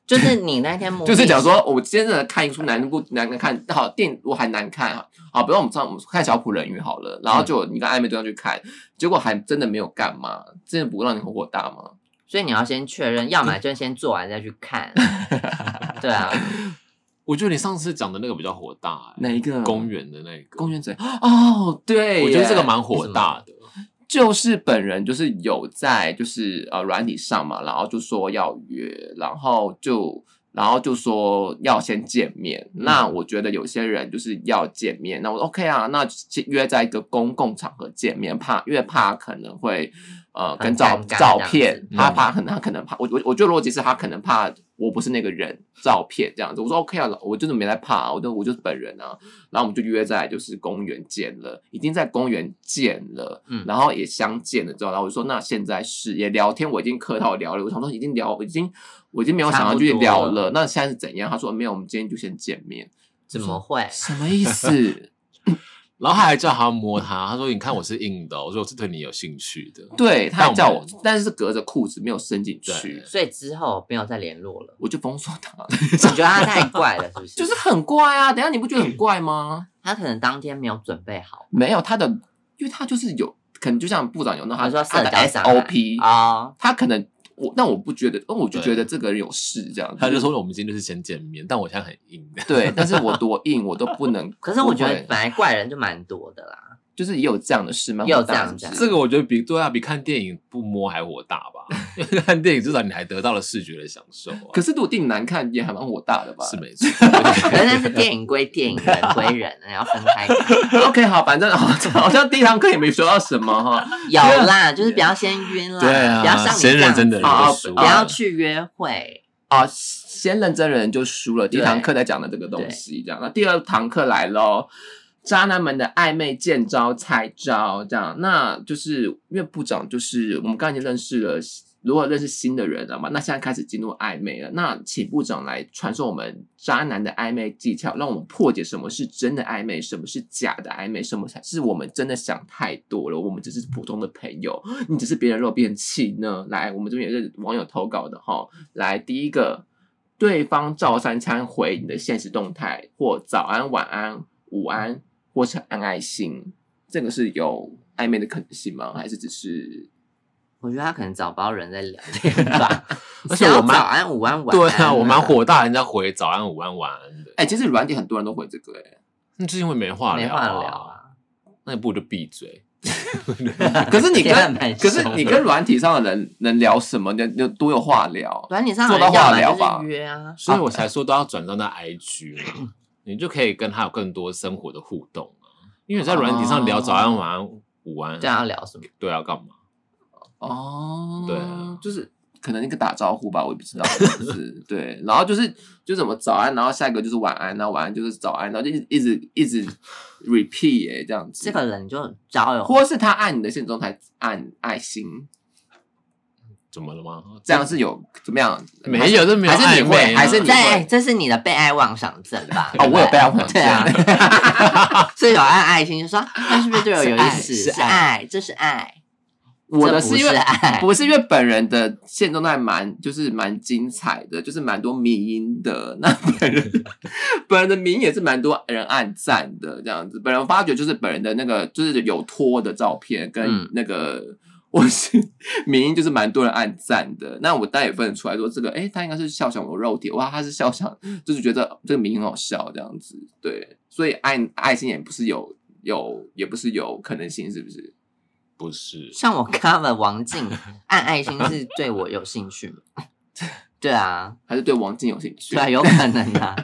D: 就是你那天
A: 就是讲说，我今天真的看一出难不难看，好电影我还难看，好，比如我们上我们看小普人鱼好了，然后就你跟暧昧对象去看，结果还真的没有干嘛，真的不会让你很火大吗？
D: 所以你要先确认，要么就先做完再去看。对啊，
B: 我觉得你上次讲的那个比较火大、欸，
A: 哪一个？
B: 公园的那个。
A: 公园贼哦，对，
B: 我觉得这个蛮火大的。
A: 就是本人就是有在就是呃软体上嘛，然后就说要约，然后就然后就说要先见面。嗯、那我觉得有些人就是要见面，那我 OK 啊，那约在一个公共场合见面，怕因为怕可能会呃跟照照片，他怕可能他可能怕我我我觉得逻辑是他可能怕我不是那个人照片这样子。我说 OK 啊，我真的没在怕、啊，我就我就是本人啊。然后我们就约在就是公园见了，已经在公园见了，嗯，然后也相见了之后，然后我就说那现在是也聊天，我已经客套聊了，我想说已经聊，已经我已经没有想要去聊了，那现在是怎样？他说没有，我们今天就先见面。
D: 怎么会？
A: 什么意思？
B: 然后他还叫他摸他，他说：“你看我是硬的、哦，我说我是对你有兴趣的。”
A: 对，他还叫我，但是隔着裤子没有伸进去，
D: 所以之后没有再联络了。
A: 我就封锁他。
D: 你觉得他太怪了，是不是？
A: 就是很怪啊！等一下你不觉得很怪吗？
D: 他可能当天没有准备好，
A: 没有他的，因为他就是有可能就像部长有那他
D: 说
A: 他的 S O P
D: 啊，
A: 他可能。我但我不觉得，我就觉得这个人有事这样子。
B: 他就说我们今天就是先见面，但我现在很硬。
A: 对，但是我多硬我都不能。
D: 可是我觉得本来怪人就蛮多的啦，
A: 就是也有这样的事吗？
D: 也有这样子。
B: 这个我觉得比对啊，比看电影不摸还火大吧？因为看电影至少你还得到了视觉的享受、啊。
A: 可是如果电影难看也还蛮火大的吧？
B: 是没错。
D: 可是是电影归电影，人归人，要分开看。
A: OK， 好，反正好像第一堂课也没学到什么哈。
D: 有啦，就是不要先晕啦，
B: 对啊，
D: 不要像你
B: 先认真的人就输，
D: 不要去约会
A: 啊，先認真的人就輸了。第一堂課在講的這個東西，這樣。那第二堂課來咯，渣男們的曖昧見招拆招，這樣。那就是因為部長就是我們剛才已經認識了，如果認識新的人了嘛，那現在開始進入曖昧了。那請部長來傳授我們渣男的曖昧技巧，讓我們破解什麼是真的曖昧，什麼是假的曖昧，什麼才是我們真的想太多了，我們只是普通的朋友，你只是別人肉便器呢。來，我們這邊也是網友投稿的齁。來，第一個，對方照三餐回你的現實動態，或早安、晚安、午安，或是按愛心，這個是有曖昧的可能性嗎？還是只是？
D: 我覺得他可能找不到人在聊天吧。
B: 而且我蠻
D: 早安、午安、晚安。
B: 對啊，我蠻火大，人家回早安、午安、晚安的。
A: 哎、欸，其實軟體很多人都回這個、欸，哎，
B: 那就是因為沒話聊、啊，
D: 沒話聊啊。
B: 那你不如就閉嘴。
A: 可是你跟可是你跟軟體上的人能聊什麼？你有多有話聊？
D: 軟體上
A: 做到話聊吧，
D: 約啊。
B: 所以我才說都要轉到那 I G 嘛，你就可以跟他有更多生活的互動啊。因為你在軟體上聊早安、晚安、午安，
D: 對啊，要聊什麼？
B: 對啊，幹嘛？
A: 哦，
B: 對啊，
A: 就是可能那個打招呼吧，我也不知道，就是對，然後就是就什麼早安，然後下一個就是晚安，然後晚安就是早安，然後就一直一直一直 repeat 哎、欸，這樣子。
D: 這個人就交友，
A: 或是他按你的現實動態按愛心，
B: 怎麼了嗎？
A: 這樣是有怎麼樣？
B: 沒有，這沒有曖昧、啊，
A: 還是你會？
D: 這是你的被愛妄想症吧？
A: 哦，我有被愛妄想症，
D: 對啊，所以有按愛心就說他是不是對我有意思？是愛，這是愛。
A: 我的是因為不是因為本人的現動態蠻就是蠻精彩的，就是蠻多迷因的。那本人本人的迷因也是蠻多人按讚的，這樣子。本人發覺就是本人的那個就是有拖的照片跟那個、嗯、我是迷因就是蠻多人按讚的。那我當然也分得出來說這個誒他應該是笑想我肉體，哇他是笑想就是覺得這個迷因很好笑這樣子。對，所以按愛心也不是有有也不是有可能性，是不是？
B: 不是，
D: 像我看了王靜按愛心是對我有興趣嗎？對啊，
A: 還是對王靜有興趣？
D: 對啊，有可能啊。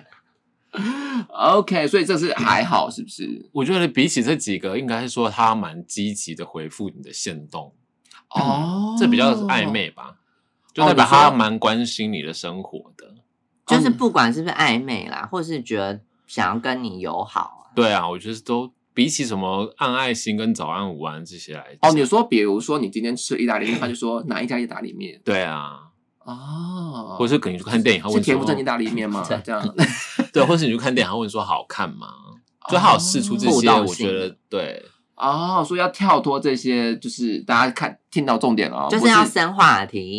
A: OK， 所以這是還好，是不是？
B: 我覺得比起這幾個，應該是說他蠻積極的回復你的限動
A: 哦、嗯，
B: 這比較曖昧吧，就代表他蠻關心你的生活的。
D: 就是不管是不是曖昧啦，或是覺得想要跟你友好啊。
B: 對啊，我覺得都。比起什麼按愛心跟早安午安這些來講，
A: 哦，你說，比如說你今天吃意大利麵，他就說哪一家意大利麵？
B: 對啊，
A: 哦，
B: 或者是可能你去看電影，他問說
A: 是田馥甄意大利麵嗎？這樣，
B: 對，或者是你去看電影，他問說好看嗎？就他有釋出這些，我覺得對。
A: 哦，所以要跳脫這些，就是大家看聽到重點哦，
D: 就是要深話題。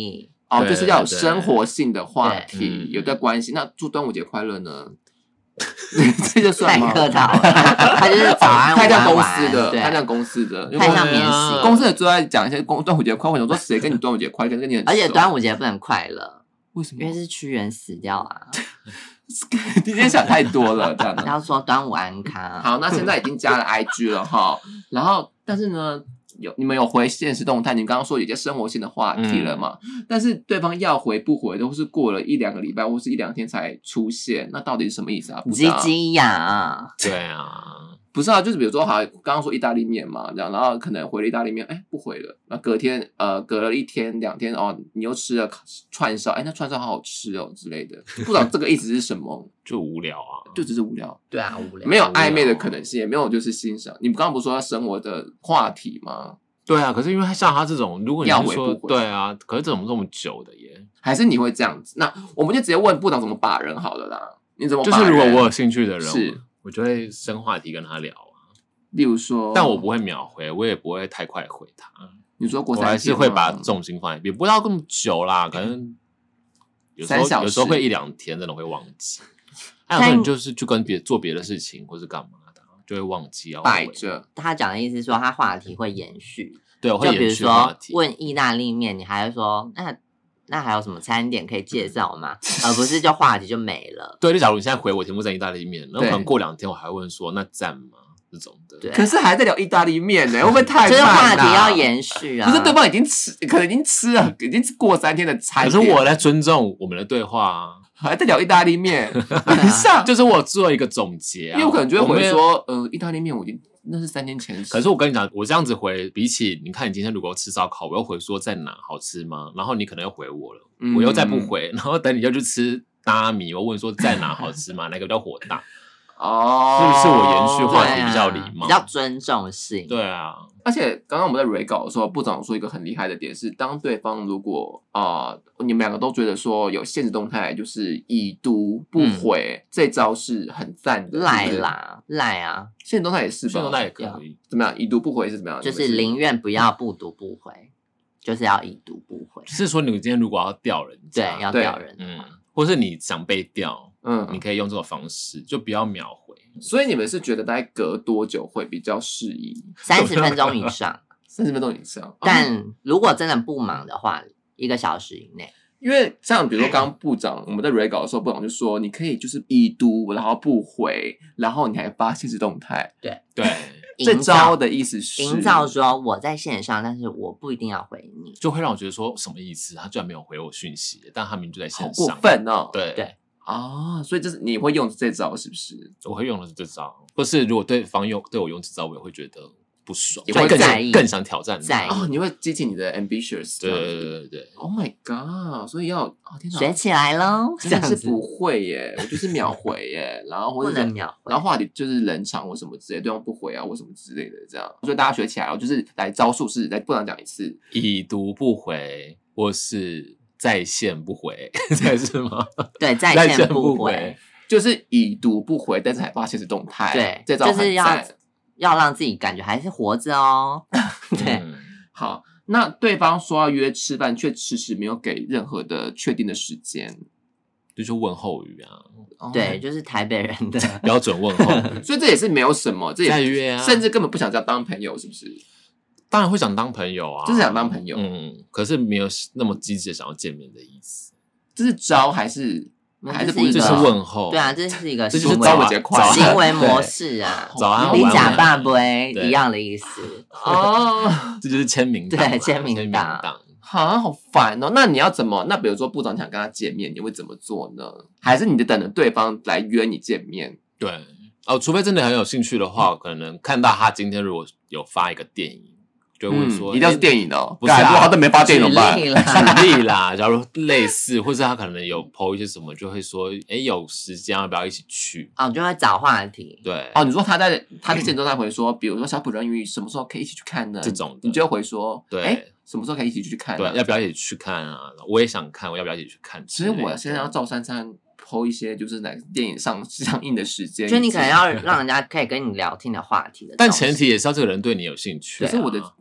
A: 哦，就是要有生活性的话
B: 对
A: 题，有的关系。那祝端午节快乐呢？这就算吗？
D: 太客套了，他就是早安，
A: 太像公
D: 晚安
A: 司的，
D: 对
A: 太像公司的，
D: 太像免
B: 对啊
D: 洗。
A: 公司的最爱讲一些公端午节快乐，我想说谁跟你端午节快乐，跟你很熟，
D: 而且端午节不能快乐，
A: 为什么？
D: 因为是屈原死掉啊。
A: 你今天想太多了，这样的。
D: 要说端午安康。
A: 好，那现在已经加了 I G 了哈，然后但是呢，有你们有回现实动态，你刚刚说有些生活性的话题了嘛？嗯、但是对方要回不回，都是过了一两个礼拜或是一两天才出现，那到底是什么意思啊？
D: 鸡鸡呀，
B: 对啊，
A: 不是啊，就是比如说，好，刚刚说意大利面嘛，这样，然后可能回了意大利面，哎，不回了，那隔天呃，隔了一天两天哦，你又吃了串烧，哎，那串烧好好吃哦之类的，不知道这个意思是什么，
B: 就无聊啊，
A: 就只是无聊，
D: 对啊，无聊，
A: 没有暧昧的可能性，也没有就是欣赏。你刚刚不是说要生活的话题吗？
B: 对啊，可是因为像他这种，如果你
A: 要
B: 是说
A: 回不回
B: 对啊，可是这种这么久的耶，
A: 还是你会这样子？那我们就直接问部长怎么把人好了啦。你怎么把人？
B: 就是如果我有兴趣的人，
A: 是
B: 我就会生话题跟他聊啊。
A: 例如说，
B: 但我不会秒回，我也不会太快回他。
A: 你说过
B: 我
A: 三天
B: 还是会把重心放在，也不要这么久啦，可能有时候
A: 三小时
B: 有时候会一两天真的会忘记。还有时候你就是去跟别做别的事情或是干嘛的，就会忘记要
A: 摆着。
D: 他讲的意思是说，他话题会延续。
B: 对，我会延续
D: 话
B: 题。
D: 就比如说问意大利面，你还会说那那还有什么餐点可以介绍吗？而不是就话题就没了。
B: 对，就假如你现在回我题目在意大利面，然后可能过两天我还会问说那赞吗？这种的。
D: 对，
A: 可是还在聊意大利面呢、欸，会不会太慢、啊？
D: 就是话题要延续啊。
A: 不是对方已经吃，可能已经吃了，已经过三天的餐点。
B: 可是我在尊重我们的对话啊。
A: 还在聊意大利面，等一下，
B: 就是我做一个总结啊。
A: 因为我可能就会回说，呃，意大利面我已经那是三天前吃。
B: 可是我跟你讲，我这样子回，比起你看你今天如果吃烧烤，我又回说在哪好吃吗？然后你可能又回我了，嗯、我又再不回，然后等你又去吃大米，我问说在哪好吃吗？哪个比较火大？
A: 哦，
B: 是不是我延续话题比较礼貌、
D: 啊，比较尊重性？
B: 对啊，
A: 而且刚刚我们在 re 稿的时候，部长说一个很厉害的点是，当对方如果啊、呃、你们两个都觉得说有限时动态，就是已读不回，嗯、这招是很赞的。
D: 赖啦，赖啊，
A: 限时动态也是吧？
B: 限时动态也可以。
A: 怎么样？已读不回是怎么样？
D: 就是宁愿不要不读不回，就是要已读不回。
B: 是说你今天如果要钓人家，
D: 对，要钓人，
B: 嗯，或是你想被钓，
A: 嗯，
B: 你可以用这种方式，就不要秒回。
A: 所以你们是觉得大概隔多久会比较适宜？
D: 三十分钟以上，
A: 三十分钟以上。
D: 但如果真的不忙的话，一个小时以内。
A: 因为像比如说刚刚部长我们在 re 稿的时候，部长就说你可以就是已读，然后不回，然后你还发限时动态。
D: 对
B: 对，
A: 这招的意思是
D: 营造说我在线上，但是我不一定要回你，
B: 就会让我觉得说什么意思？他居然没有回我讯息，但他明明就在线上，
A: 好过分哦！
B: 对
D: 对
A: 啊，所以这是你会用这招是不是？
B: 我会用的是这招，或是如果对方用对我用这招，我也会觉得不爽，
A: 也会
B: 更
D: 在意
B: 更想挑战
D: 在意
A: 哦，你会激起你的 ambitious。
B: 对对对对
A: ，Oh my god！所以要哦天哪，
D: 学起来喽，
A: 真的是不会耶，我就是秒回耶，然后或者
D: 不能秒回，
A: 然后话题就是冷场或什么之类，对方不回啊或什么之类的这样，所以大家学起来哦，就是来招数是来不能讲一次，
B: 已读不回或是在线不回，这是吗？
D: 对，在线不回，
A: 就是已读不回，但是还发现实动态，
D: 对，
A: 这招很
D: 就是要
A: 赞
D: 要让自己感觉还是活着哦。对，
B: 嗯、
A: 好，那对方说要约吃饭，却迟迟没有给任何的确定的时间，
B: 就是问候语啊。
D: 对，就是台北人的
B: 标准问候语，
A: 所以这也是没有什么，这也
B: 再约啊，
A: 甚至根本不想这样当朋友，是不是？
B: 当然会想当朋友啊，
A: 就是想当朋友，
B: 嗯，可是没有那么积极的想要见面的意思。
A: 这是招还是还是不
B: 这是问候？
D: 对啊，这是一个
B: 这就是
A: 端午节快乐
D: 行为模式啊，
B: 早安，
D: 你假爸杯一样的意思
A: 哦，
B: 这就是签名档，
D: 对，签名档。
A: 好，好烦哦。那你要怎么？那比如说部长想跟他见面，你会怎么做呢？还是你就等着对方来约你见面？
B: 对，哦，除非真的很有兴趣的话，可能看到他今天如果有发一个电影。就问说、
A: 嗯，一定要是电影哦，
B: 不是啊，
A: 他都没发电影怎么办？
D: 举例啦，
B: 举例啦，假如类似，或是他可能有 po 一些什么，就会说，哎，有时间要不要一起去？
D: 哦，就会找话题。
B: 对，
A: 哦，你说他在他在线中他回说，比如说小普人鱼什么时候可以一起去看呢？
B: 这种
A: 你就会回说，
B: 对，
A: 哎，什么时候可以一起去看、啊？
B: 对，要不要一起去看啊？我也想看，我要不要一起去看？
A: 所以我现在要赵珊珊 po 一些就是哪个电影上上映的时间，
D: 就你可能要让人家可以跟你聊天的话题的，
B: 但前提也是要这个人对你有兴趣、
A: 啊。可是我的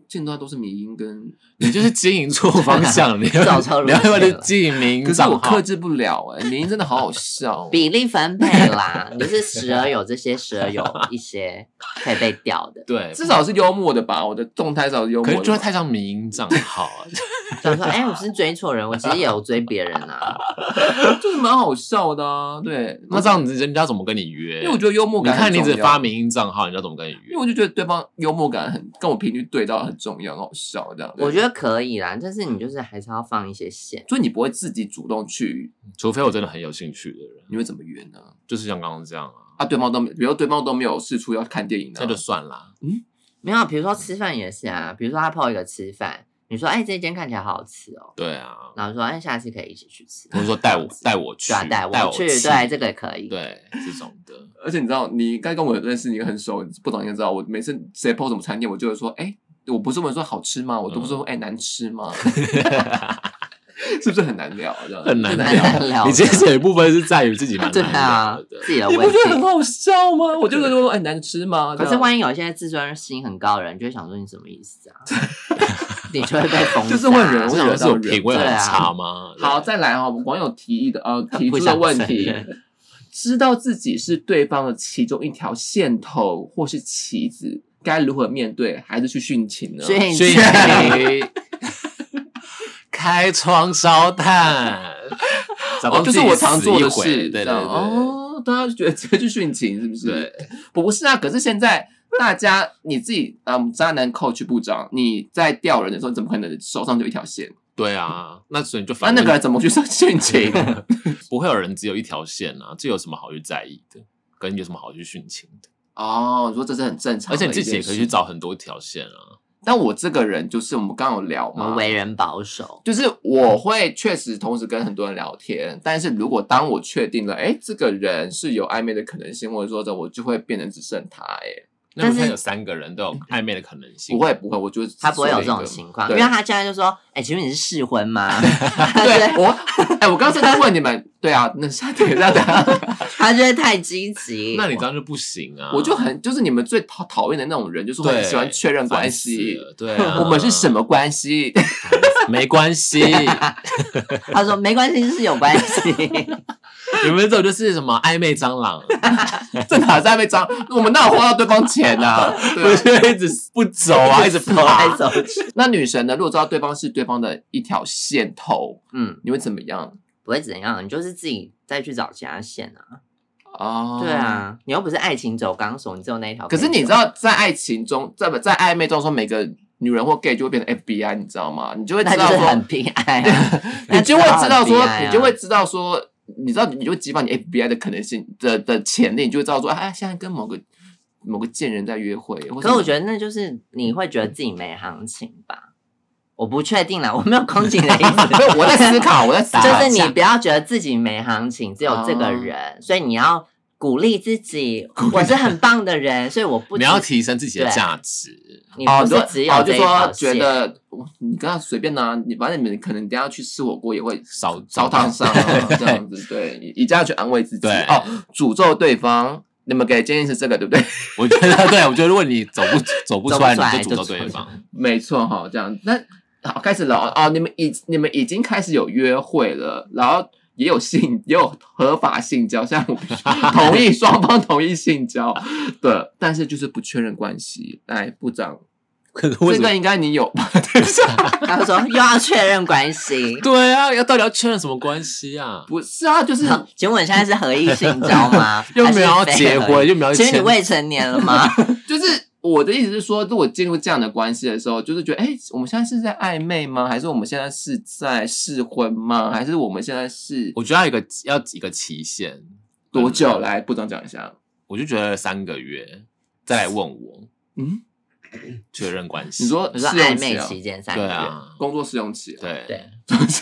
A: 见到都是迷因跟，
B: 你就是经营错方向，你要你要不要经营迷因
A: 可是
B: 账号？
A: 我克制不了哎、欸，迷因真的好好笑、哦，
D: 比例分配啦，你就是时而有这些，时而有一些可以被调的。
B: 对，
A: 至少是幽默的吧，我的动态至少是幽默的。
B: 可是就会太像迷因账号啊，
D: 想说，哎、欸，我是追错人，我其实也有追别人啊，
A: 就是蛮好笑的啊。对，
B: 那这样子人家怎么跟你约？
A: 因为我觉得幽默感
B: 你看
A: 很重要，
B: 你只发迷因账号，人家怎么跟你约？
A: 因为我就觉得对方幽默感很跟我频率对到很重要，很好笑这样。
D: 我觉得可以啦，但是你就是还是要放一些线，
A: 所以你不会自己主动去，
B: 除非我真的很有兴趣的人，
A: 你会怎么约呢？
B: 就是像刚刚这样啊，
A: 啊，对方都没，比如对方都没有试出要看电影呢，
B: 那就算啦。
A: 嗯，
D: 没有，比如说吃饭也是啊，比如说他 po 一个吃饭，你说，哎、欸，这间看起来好好吃哦，
B: 对啊，
D: 然后说，哎、欸，下次可以一起去吃，
B: 或者说带我带我去，
D: 对啊，带
B: 我
D: 去，对，这个也可以，
B: 对，这种的。
A: 而且你知道，你该跟我认识你很熟，不懂应该知道，我每次谁 po 什么餐厅，我就会说，哎、欸，我不是问说好吃吗？我都不是说，哎、欸，难吃吗？是不是很难聊？这样
B: 很难
D: 聊。聊
B: 你其实有一部分是在于自己蛮难聊的，
D: 啊、自己的问题。
A: 你不觉得很好笑吗？我就会说，哎，难吃吗？
D: 可是万一有些自尊心很高的人，就会想说你什么意思啊？你就会被封杀。
A: 就是会惹
B: 这种是有品味很差吗？
A: 啊、好，再来哈、哦，网友提议的呃提出的问题，知道自己是对方的其中一条线头或是棋子，该如何面对，还是去殉情呢？
D: 殉
B: 情。开窗烧炭，
A: 哦，就是我常做的事，
B: 对对对。
A: 哦，大家就觉得直接去殉情是不是？
B: 对，
A: 不是啊。可是现在大家你自己，嗯，渣男 coach 部长，你在钓人的时候，你怎么可能手上就一条线？
B: 对啊，那所以你就反
A: 那那个人怎么去殉情？
B: 不会有人只有一条线啊，这有什么好去在意的？跟有什么好去殉情的？
A: 哦，你说这是很正常的，
B: 而且你自己也可以去找很多条线啊。
A: 但我这个人就是我们刚刚有聊嘛，
D: 我为人保守，
A: 就是我会确实同时跟很多人聊天，但是如果当我确定了，哎，这个人是有暧昧的可能性，或者说这我就会变成只剩他，哎，
B: 那如果有三个人都有暧昧的可能性，
A: 不会不会，我觉得
D: 他不会有这种情况，因为他现在就说，哎，请问你是试婚吗？
A: 对我，哎，我刚刚在问你们，对啊，那下对这样的，
D: 他就会太积极，
B: 那你这样就不行啊！
A: 我就很就是你们最讨讨厌的那种人，就是很喜欢确认关系，
B: 对啊，
A: 我们是什么关系？
B: 没关系，
D: 他说没关系，是有关系。
B: 你们这种就是什么暧昧蟑螂，
A: 这哪是暧昧蟑螂？我们哪有花到对方钱啊？
B: 我就一直不走啊，一直
D: 走来走去。
A: 那女神呢？如果知道对方是对方的一条线头，
D: 嗯，
A: 你会怎么样？
D: 不会怎样，你就是自己再去找其他线啊。
A: 哦，
D: 对啊，你又不是爱情走钢索，你只有那一条。
A: 可是你知道，在爱情中，在在暧昧中说，每个女人或 gay 就会变成 F B I， 你知道吗？你就会知道说
D: 很悲哀、啊，
A: 你就会知道说，
D: 啊、
A: 你就会知道说，你知道你就会激发你 F B I 的可能性的的潜力，你就会知道说，哎，现在跟某个某个贱人在约会。
D: 可是我觉得那就是你会觉得自己没行情吧。我不确定啦，我没有攻击你的意思。
A: 我在思考，我在思考，
D: 就是你不要觉得自己没行情，只有这个人，哦、所以你要鼓励自己，我是很棒的人，所以我不
B: 你要提升自己的价值。
D: 你不是只有这一条线，
A: 哦、就说觉得你跟他随便拿、啊，你反正你们可能等一下去吃火锅也会
B: 烧
A: 烧烫伤啊，这样子，对，以这样去安慰自己。
B: 对
A: 哦，诅咒对方。你们给的建议是这个，对不对？
B: 我觉得对，我觉得如果你走不走不出来，你就诅咒对方。
A: 没错哈，这样那。好，开始了哦！你们已你们已经开始有约会了，然后也有性，也有合法性交，像我同意双方同意性交的，但是就是不确认关系。来，部长，这个应该你有吧？
D: 他说又要确认关系，
B: 对啊，要到底要确认什么关系啊？
A: 不是啊，就是
D: 请问现在是合意性交吗？
B: 又没有要结婚，又没有，
D: 其实你未成年了吗？
A: 就是。我的意思是说，如果进入这样的关系的时候，就是觉得，哎、欸，我们现在是在暧昧吗？还是我们现在是在试婚吗？还是我们现在是？
B: 我觉得要一个要一个期限，
A: 多久？嗯、来，部长讲一下。
B: 我就觉得三个月，再来问我，嗯，确认关系。
A: 你说
D: 你说暧昧期间三个月，
B: 对啊，
A: 工作试用期、啊，
B: 对
D: 对，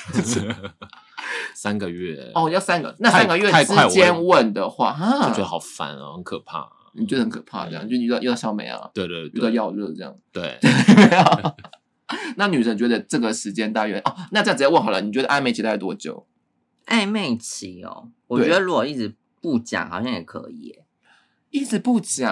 B: 三个月
A: 哦，要三个，那三个月之间问的话，
B: 就觉得好烦哦，很可怕。
A: 你觉得很可怕，这样就遇到遇到小美啊，
B: 对对对，
A: 遇到药热这样，
B: 对。
A: 那女生觉得这个时间大约哦，那这样直接问好了，你觉得暧昧期大概多久？
D: 暧昧期哦，我觉得如果一直不讲，好像也可以耶。
A: 一直不讲，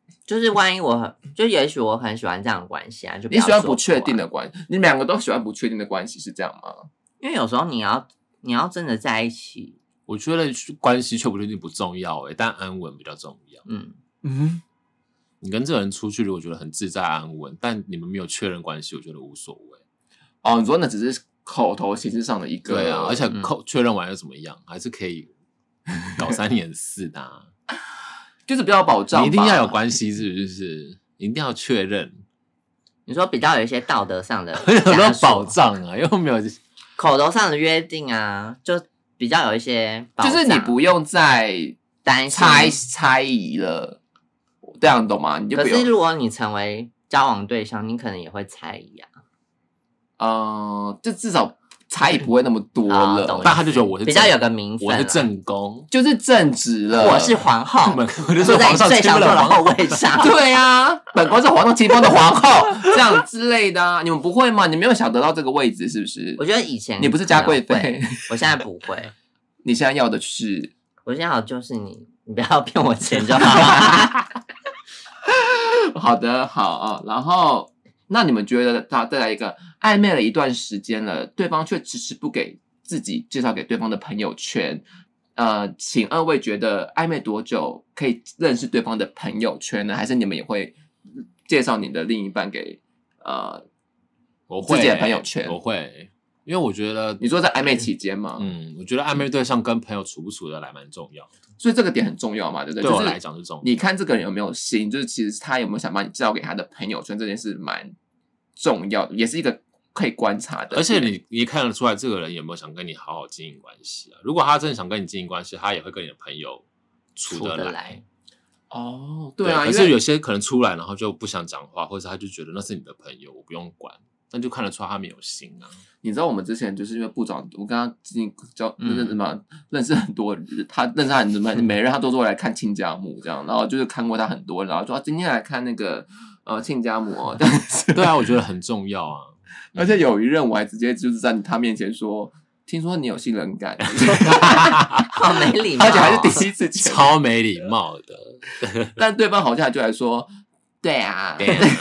D: 就是万一我很，就也许我很喜欢这样的关系啊，就不
A: 你喜欢
D: 要说
A: 不确定
D: 破啊，
A: 的关系，你们两个都喜欢不确定的关系是这样吗？
D: 因为有时候你要你要真的在一起，
B: 我觉得关系确不确定不重要诶、欸，但安稳比较重要。
D: 嗯，
A: 嗯，
B: 你跟这个人出去，如果觉得很自在安稳，但你们没有确认关系，我觉得无所谓。
A: 哦，你说那只是口头形式上的一个，
B: 对啊，而且
D: 嗯
B: 扣确认完又怎么样，还是可以搞三年四的、啊。
A: 就是比较保障吧，
B: 你一定要有关系，是不是？一定要确认，
D: 你说比较有一些道德上的
B: 有没有
D: 枷锁
B: 保障啊？又没有，
D: 口头上的约定啊，就比较有一些保障，
A: 就是你不用再
D: 担心
A: 猜猜疑了，这样懂吗？你就不
D: 可
A: 用。
D: 是如果你成为交往对象，你可能也会猜疑啊。
A: 呃，就至少猜疑不会那么多了，
D: 好懂
B: 但他就觉得我是
D: 比较有个名分啦，
B: 我是正宫，
A: 就是正直了。
D: 我是皇后，
B: 我就
D: 坐在
B: 是皇上
D: 最上座的
B: 亲了皇
D: 后位上。
A: 对啊，本宫是皇上亲封的皇后，这样之类的啊，你们不会吗？你没有想得到这个位置是不是？
D: 我觉得以前
A: 你不是嘉贵妃
D: 可能会，我现在不会。
A: 你现在要的是，
D: 我现在好就是你，你不要骗我钱就好。
A: 好的，好啊。然后，那你们觉得他再来一个暧昧了一段时间了，对方却迟迟不给自己介绍给对方的朋友圈，呃，请二位觉得暧昧多久可以认识对方的朋友圈呢？还是你们也会介绍你的另一半给呃
B: 我会、
A: 自己的朋友圈？
B: 我会，因为我觉得
A: 你说在暧昧期间吗？
B: 嗯，我觉得暧昧对象跟朋友处不处得来蛮重要的，
A: 所以这个点很重要嘛，对不对？
B: 对我
A: 就是
B: 来讲是重要。
A: 你看这个人有没有心，就是其实他有没有想把你介绍给他的朋友圈，这件事蛮重要的，也是一个可以观察的。
B: 而且你你看得出来这个人有没有想跟你好好经营关系啊？如果他真的想跟你经营关系，他也会跟你的朋友处得来。
D: 处得来
A: 哦，对啊，
B: 可
A: 因为
B: 是有些可能出来然后就不想讲话，或者他就觉得那是你的朋友，我不用管，那就看得出来他没有心啊。
A: 你知道我们之前就是因为部长，我跟他最近交
B: 嗯
A: 认识嘛，认识很多人，他认识他很多每人他都说来看亲家母这样，然后就是看过他很多人，然后说、啊、今天来看那个呃亲家母哦，这样子。
B: 对啊，我觉得很重要啊。
A: 而且有一任我还直接就是在他面前说，听说你有信任感，
D: 好没礼貌，
A: 而且还是第一次见，
B: 超没礼貌的。
A: 但对方好像就来说，对啊，
B: 对啊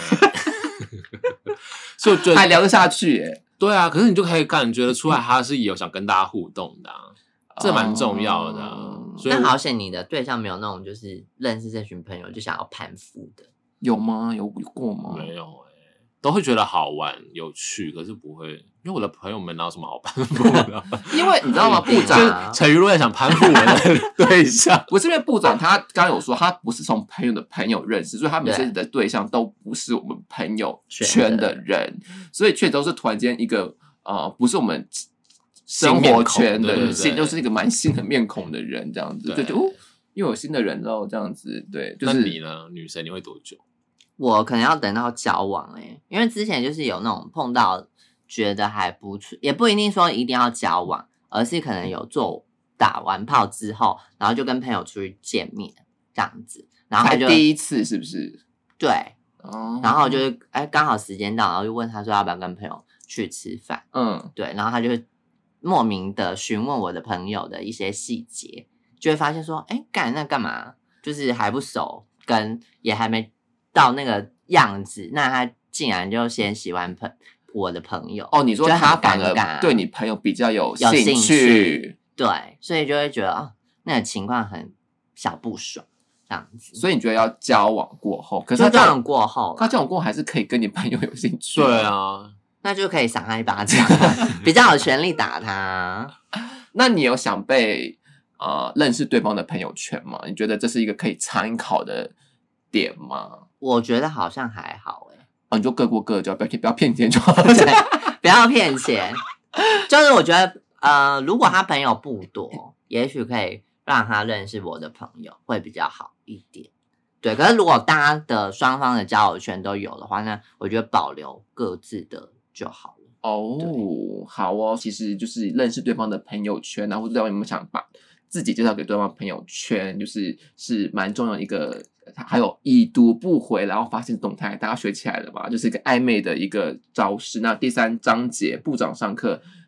B: 所以我觉得
A: 还聊得下去耶。
B: 对啊，可是你就可以感觉得出来，他是有想跟大家互动的、啊，这蛮重要的、啊。
A: 哦
B: 所以
D: 那好险，你的对象没有那种就是认识这群朋友就想要攀附的。
A: 有吗？有过吗？
B: 没有哎、都会觉得好玩有趣，可是不会，因为我的朋友们哪有什么好攀附的？
A: 因为你知道吗？部
D: 对
A: 长
D: 啊
B: 陈瑜若在想攀附我的对象，
A: 不是因为部长他刚刚有说，他不是从朋友的朋友认识，所以他每次的对象都不是我们朋友圈的人，所以却都是突然间一个呃，不是我们生活圈的人，新就是一个蛮新的面孔的人，这样子就就哦，又有新的人喽，这样子对，就是
B: 那你呢？女生你会多久？
D: 我可能要等到交往哎、欸，因为之前就是有那种碰到觉得还不错，也不一定说一定要交往，而是可能有做打完炮之后，然后就跟朋友出去见面这样子，然后他就
A: 第一次是不是？
D: 对，
A: 哦，
D: 然后就是哎刚好时间到，然后就问他说要不要跟朋友去吃饭，
A: 嗯，
D: 对，然后他就莫名的询问我的朋友的一些细节，就会发现说，哎，干那干嘛？就是还不熟，跟也还没到那个样子，那他竟然就先喜欢朋我的朋友
A: 哦，你说
D: 就很
A: 他反
D: 尴尬
A: 而对你朋友比较有
D: 有兴
A: 趣，
D: 对，所以就会觉得哦，那个情况很小不爽这样子。
A: 所以你觉得要交往过后，可是他
D: 就交往过后啦，
A: 他交往过后还是可以跟你朋友有兴趣，
B: 对，啊，
D: 那就可以赏他一巴掌，比较有权利打他。
A: 那你有想被呃认识对方的朋友圈吗？你觉得这是一个可以参考的点吗？
D: 我觉得好像还好哎、
A: 哦，你就各过各的，就不要不要骗钱就好。
D: 对，不要骗钱。就是我觉得，呃，如果他朋友不多，也许可以让他认识我的朋友，会比较好一点。对，可是如果大家的双方的交友圈都有的话，那我觉得保留各自的就好了。
A: 哦，好哦，其实就是认识对方的朋友圈，然后对方有没有想把自己介绍给对方朋友圈，就是是蛮重要的一个。还有已读不回，然后发现动态，大家学起来了吧？就是一个暧昧的一个招式。那第三章节部长上课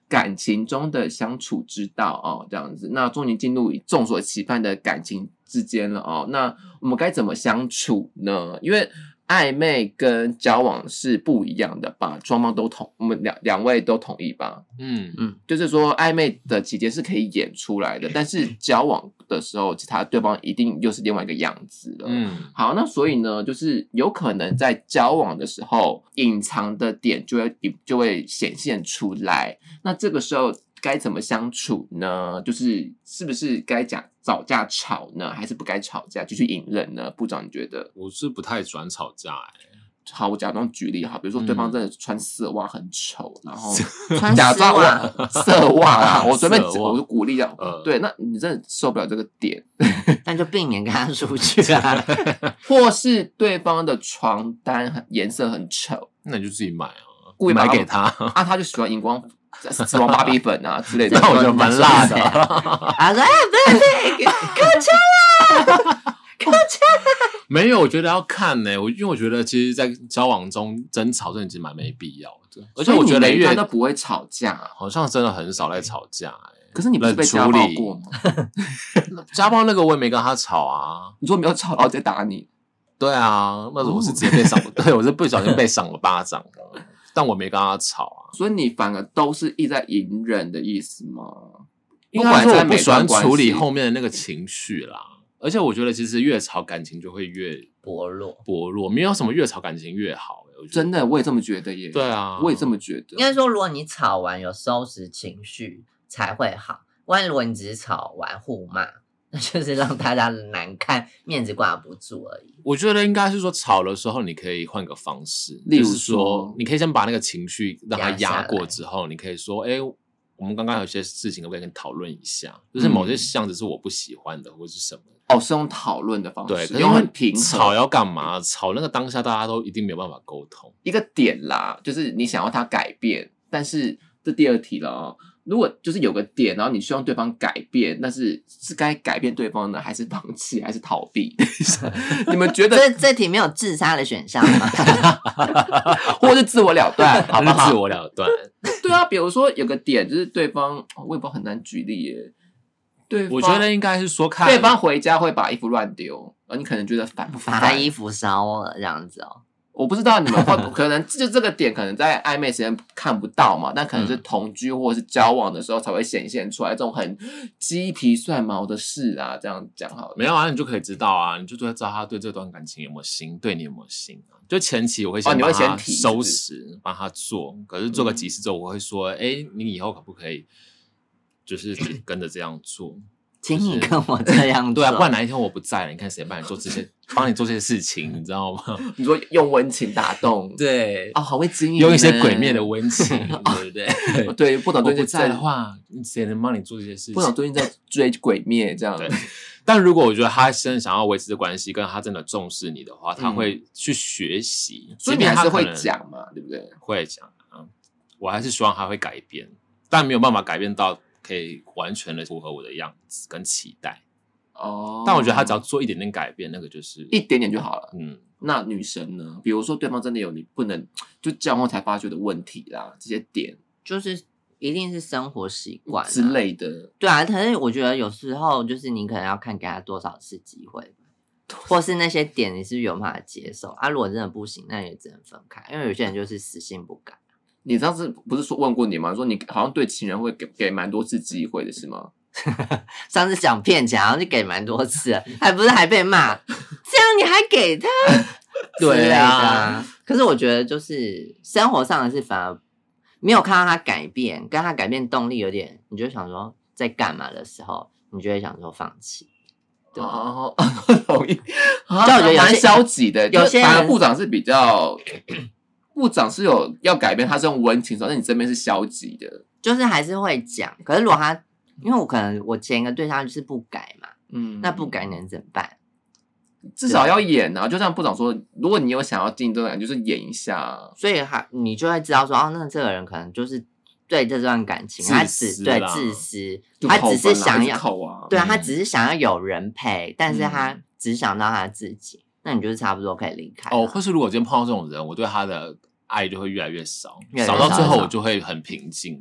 A: 感情中的相处之道哦，这样子。那终于进入众所期盼的感情之间了哦。那我们该怎么相处呢？因为暧昧跟交往是不一样的吧？双方都同，我们两两位都同意吧？
B: 嗯
A: 嗯，就是说暧昧的期间是可以演出来的，但是交往的时候，其他对方一定又是另外一个样子了。
B: 嗯，
A: 好，那所以呢，就是有可能在交往的时候，隐藏的点就会就会显现出来。那这个时候该怎么相处呢？就是是不是该讲找架吵呢，还是不该吵架就去隐忍呢？部长你觉得？
B: 我是不太喜欢吵架哎、欸。
A: 好，我假装举例哈，比如说对方真的穿丝袜很丑，嗯、然后
D: 穿
A: 假装
D: 我
A: 色袜啊，我随便我就鼓励啊，
B: 呃、
A: 对，那你真的受不了这个点，
D: 那就避免跟他出去啊，
A: 或是对方的床单颜色很丑，
B: 那你就自己买啊，
A: 故意
B: 买给他
A: 啊，他就喜欢荧光。死亡芭比粉啊之类的，
B: 那我觉得蛮辣的。
D: 他说：“哎，不对，扣枪了，扣枪了。”
B: 没有，我觉得要看呢、欸。我因为我觉得，其实，在交往中争吵，真的其实蛮没必要的。而且我觉得越
A: 都不会吵架，
B: 好像真的很少在吵架、欸。
A: 可是你不是被家暴过吗？
B: 家暴那个我也没跟他吵啊。
A: 你说没有吵，然后直接打你？
B: 对啊，那我是直接被赏，对我是不小心被赏了巴掌。但我没跟他吵啊，
A: 所以你反而都是一直在隐忍的意思吗？
B: 应该说我不喜欢处理后面的那个情绪啦，而且我觉得其实越吵感情就会越
D: 薄弱，
B: 薄弱，没有什么越吵感情越好、欸。我觉得
A: 真的，我也这么觉得耶。
B: 对啊，
A: 我也这么觉得。
D: 应该说，如果你吵完有收拾情绪才会好，万一如果你只是吵完互骂。那就是让大家难看，面子挂不住而已。
B: 我觉得应该是说，吵的时候你可以换个方式，
A: 例如
B: 说，就是、说你可以先把那个情绪让它压过之后，你可以说，哎、欸，我们刚刚有些事情可不可以跟你讨论一下？就是某些项子是我不喜欢的，或是什么？
A: 哦，是用讨论的方式，
B: 对，可是
A: 用很平和。
B: 吵要干嘛？吵那个当下大家都一定没有办法沟通。
A: 一个点啦，就是你想要他改变，但是这第二题了哦。如果就是有个点，然后你希望对方改变，但是是该改变对方呢，还是放弃，还是逃避？你们觉得
D: 这这题没有自杀的选项吗？
A: 或是自我了断，好不好？
B: 自我了断。
A: 对啊，比如说有个点，就是对方，我也不知道很难举例耶。对，
B: 我觉得应该是说看
A: 对方回家会把衣服乱丢，而你可能觉得烦不烦？
D: 把衣服烧了这样子哦。
A: 我不知道你们会可能就这个点，可能在暧昧时间看不到嘛，但可能是同居或者是交往的时候才会显现出来这种很鸡皮蒜毛的事啊。这样讲好了，
B: 没有啊，你就可以知道啊，你就知道他对这段感情有没有心，对你有没有心啊。就前期我会先帮他收拾，帮、哦、他做，可是做个几次之后，我会说，哎、嗯欸，你以后可不可以就是跟着这样做？
D: 请你跟我这样做，
B: 对啊，不然哪一天我不在了，你看谁帮你做这些，帮你做这些事情，你知道吗？
A: 你说用温情打动，
B: 对，
A: 哦，好会经营，
B: 用一些鬼灭的温情，对不对？
A: 对，不懂最近
B: 不在的话，谁能帮你做这些事情？
A: 不懂最近在追鬼灭这样。
B: 对，但如果我觉得他真的想要维持这关系，跟他真的重视你的话，他会去学习，
A: 嗯、所以你还是会讲嘛，对不对？
B: 会讲啊，我还是希望他会改变，但没有办法改变到。可以完全的符合我的样子跟期待
A: 哦，
B: 但我觉得他只要做一点点改变，那个就是
A: 一点点就好了。
B: 嗯，
A: 那女生呢？比如说对方真的有你不能就交往才发觉的问题啦，这些点
D: 就是一定是生活习惯
A: 之类的。
D: 对啊，可是我觉得有时候就是你可能要看给他多少次机会，或是那些点你是不是有办法接受啊？如果真的不行，那也只能分开，因为有些人就是死性不改。
A: 你上次不是说问过你吗？说你好像对情人会给给蛮多次机会的是吗？
D: 上次讲骗钱，好像就给蛮多次了，还不是还被骂？这样你还给他？对啊。可是我觉得就是生活上的事，反而没有看到他改变，跟他改变动力有点，你就想说在干嘛的时候，你就会想说放弃。
A: 对哦，同意。但我觉得蛮消极的，有些反而部长是比较。部长是有要改变，他是用温情说，那你这边是消极的，
D: 就是还是会讲。可是如果他，因为我可能我前一个对象就是不改嘛，嗯，那不改能怎么办？
A: 至少要演啊！就像部长说，如果你有想要进这段，就是演一下。
D: 所以他你就会知道说，哦，那这个人可能就是对这段感情，他只对自私，他只是想要，
A: 啊、
D: 对啊，他只是想要有人陪，但是他只想到他自己。那你就是差不多可以离开
B: 哦，或是如果今天碰到这种人，我对他的爱就会越来越少，越来越少，少到最后我就会很平静，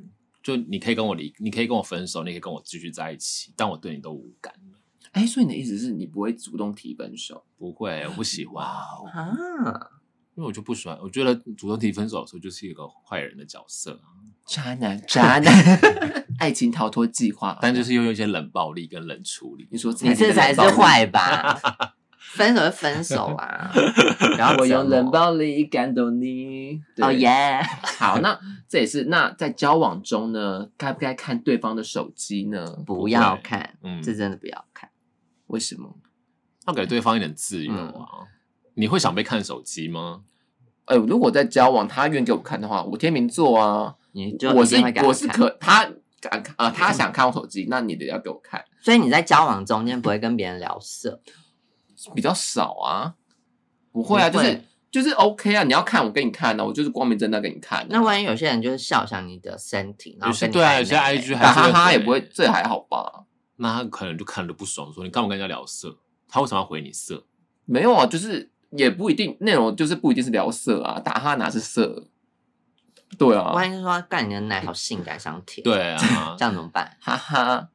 B: 就你可以跟我离，你可以跟我分手，你可以跟我继续在一起，但我对你都无感了。
A: 哎，所以你的意思是你不会主动提分手？
B: 不会，我不喜欢啊，因为我就不喜欢。我觉得主动提分手的时候就是一个坏人的角色啊，
A: 渣男，渣男，爱情逃脱计划，
B: 但就是用一些冷暴力跟冷处理。
A: 你说
D: 你这才是坏吧？分手就分手啊！然后
A: 我用冷暴力感动你。
D: 哦耶！
A: 好，那这也是那在交往中呢，该不该看对方的手机呢？
D: 不要看，
B: 嗯，
D: 这真的不要看。
A: 为什么？
B: 要给对方一点自由啊！嗯、你会想被看手机吗？
A: 哎、欸，如果在交往，他愿意给我看的话，我天秤座啊，
D: 你就
A: 我是我是可他敢呃他想看我手机，那你得要给我看。
D: 所以你在交往中间不会跟别人聊色，
A: 比较少啊，不会啊，就是就是 OK 啊，你要看我给你看呢、啊，我就是光明正大给你看、啊。
D: 那万一有些人就是笑想你的身体，然后跟你
B: 对啊，有些 I G 还
A: 打哈哈也不会，这还好吧？
B: 那他可能就看了不爽，说你干嘛跟人家聊色？他为什么要回你色？
A: 没有啊，就是也不一定内容，就是不一定是聊色啊，打哈哪是色？对啊，
D: 万一说干你的奶好性感想舔，
B: 对啊，
D: 这样怎么办？
A: 哈哈。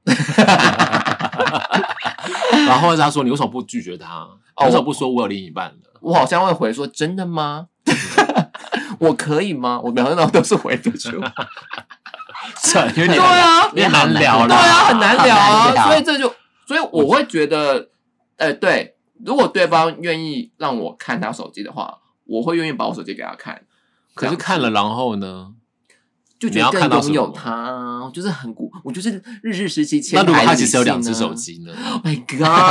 B: 然后他说你为什么不拒绝他？
A: 哦、
B: 为什么不说我有另一半了？
A: 我好像会回说真的吗？我可以吗？我每次都是回得出。
B: 有点
A: 对啊，
B: 有点难聊了。
A: 对啊，很难聊啊。
D: 聊
A: 所以这就，所以我会觉得，呃，对，如果对方愿意让我看他手机的话，我会愿意把我手机给他看。
B: 可是看了，然后呢？
A: 就觉得更拥有他，我就是很古，我就是日治时期前。
B: 那如果他其实有两只手机呢
A: ？Oh my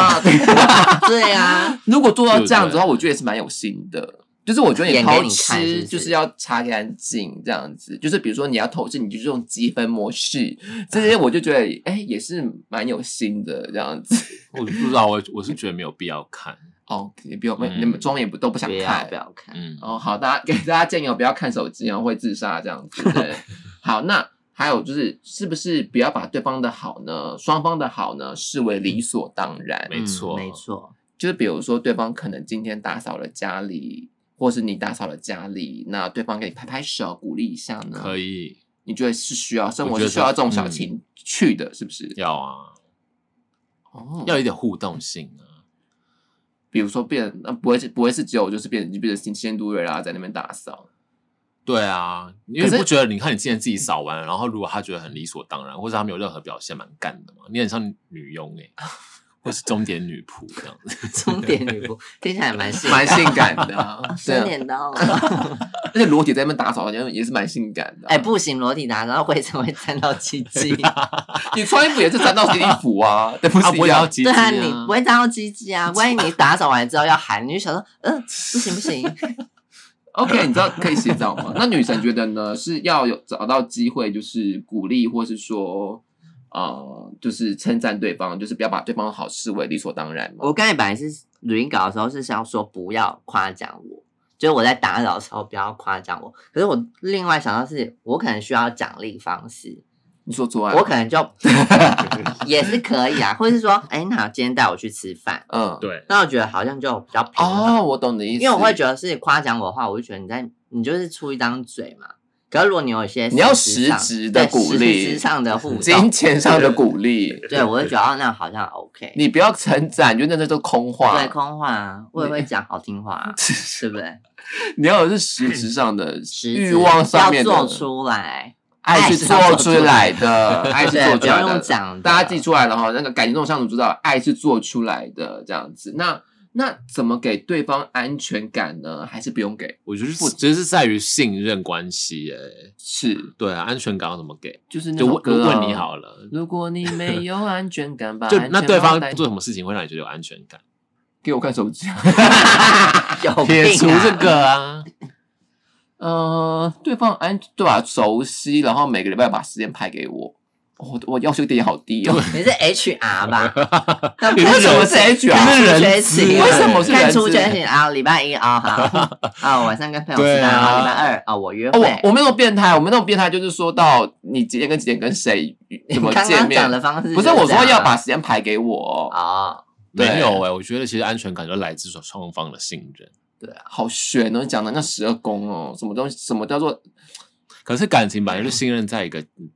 A: god！
D: 对啊，
A: 如果做到这样子的话，我觉得也是蛮有心的。就是我觉得你偷吃就是要擦干净这样子，就是比如说你要偷吃，你就是用积分模式，这些我就觉得哎、欸、也是蛮有心的这样子。
B: 我不知道，我我是觉得没有必要看。
A: 哦，你不用，嗯、你们装也不都不想看，
D: 不要看。
A: 嗯，哦，好，大家给大家建议哦，不要看手机，然后会自杀这样子。对，好，那还有就是，是不是不要把对方的好呢，双方的好呢，视为理所当然？
B: 没错、
D: 嗯，没错。
A: 就是比如说，对方可能今天打扫了家里，或是你打扫了家里，那对方给你拍拍手，鼓励一下呢？
B: 可以。
A: 你觉得是需要生活是需要这种小情趣的，嗯、是不是？
B: 要啊，
A: 哦，
B: 要有一点互动性啊。
A: 比如说变，那不会是不会是只有就是变成就变成仙都瑞拉在那边打扫。
B: 对啊，因为你不觉得你看你之前自己扫完，然后如果他觉得很理所当然，或者他没有任何表现，蛮干的嘛。你很像女佣哎、欸，或是钟点女仆这样子。
D: 钟点女仆听起来蛮性
A: 蛮性感的、啊，
D: 十点到了。
A: 而且裸体在那边打扫，好像也是蛮性感的、啊。
D: 哎、欸，不行，裸体打扫灰尘会沾到鸡鸡。
A: 你穿衣服也是沾到衣服啊，对不是？
B: 不要鸡鸡、啊。
D: 对啊，你不会沾到鸡鸡啊。万一你打扫完之后要喊，你就想说，嗯、呃，不行不行。
A: OK， 你知道可以洗澡吗？那女生觉得呢，是要有找到机会，就是鼓励，或是说，呃，就是称赞对方，就是不要把对方的好视为理所当然嘛。
D: 我刚才本来是录音稿的时候是想说不要夸奖我，就是我在打扫的时候不要夸奖我。可是我另外想到是我可能需要奖励方式。
A: 你说做爱，
D: 我可能就也是可以啊，或者是说，哎、欸，那今天带我去吃饭，
A: 嗯，
B: 对，
D: 那我觉得好像就比较平衡。
A: 哦，我懂你的意思，
D: 因为我会觉得是夸奖我的话，我就觉得你在你就是出一张嘴嘛。可是如果你有一些
A: 你要实质的鼓励，
D: 实质上的互动，
A: 金钱上的鼓励，
D: 对，我就觉得哦，那好像 OK。
A: 你不要称赞，就那那都空话，
D: 对，空话啊，我也会讲好听话、啊，对不对？
A: 你要有是实质上的欲望上面的
D: 要做出来。
A: 爱是做出来的，爱是做出来的，
D: 讲
A: 大家记出来了哈。那个感情中相处知道，爱是做出来的这样子。那那怎么给对方安全感呢？还是不用给？
B: 我觉得其实是在于信任关系，哎，
A: 是
B: 对啊，安全感要怎么给？
A: 就是那首歌、
B: 啊、问你好了，
A: 如果你没有安全感，把
B: 就那对方做什么事情会让你觉得有安全感？
A: 给我看手机，
D: 有病啊！
B: 撇除这个啊。
A: 呃，对方安对吧？熟悉，然后每个礼拜把时间排给我，我我要求点好低哦。
D: 你是 H R 吧？
A: 那为什么是 H R？
D: 是人资？
A: 为什么是人资？
D: 看出缺勤啊！礼拜一啊，好啊，晚上跟朋友吃饭啊。礼拜二啊，我约会。
A: 我我没有变态，我没有变态，就是说到你几点跟几点跟谁怎么见面？
D: 刚刚讲的方式
A: 不是我说要把时间排给我
D: 啊。
B: 没有哎、欸，我觉得其实安全感就来自双方的信任。
A: 对啊，好玄哦！讲的那十二宫哦，什么东西？什么叫做？
B: 可是感情本来就信任在一个，呃，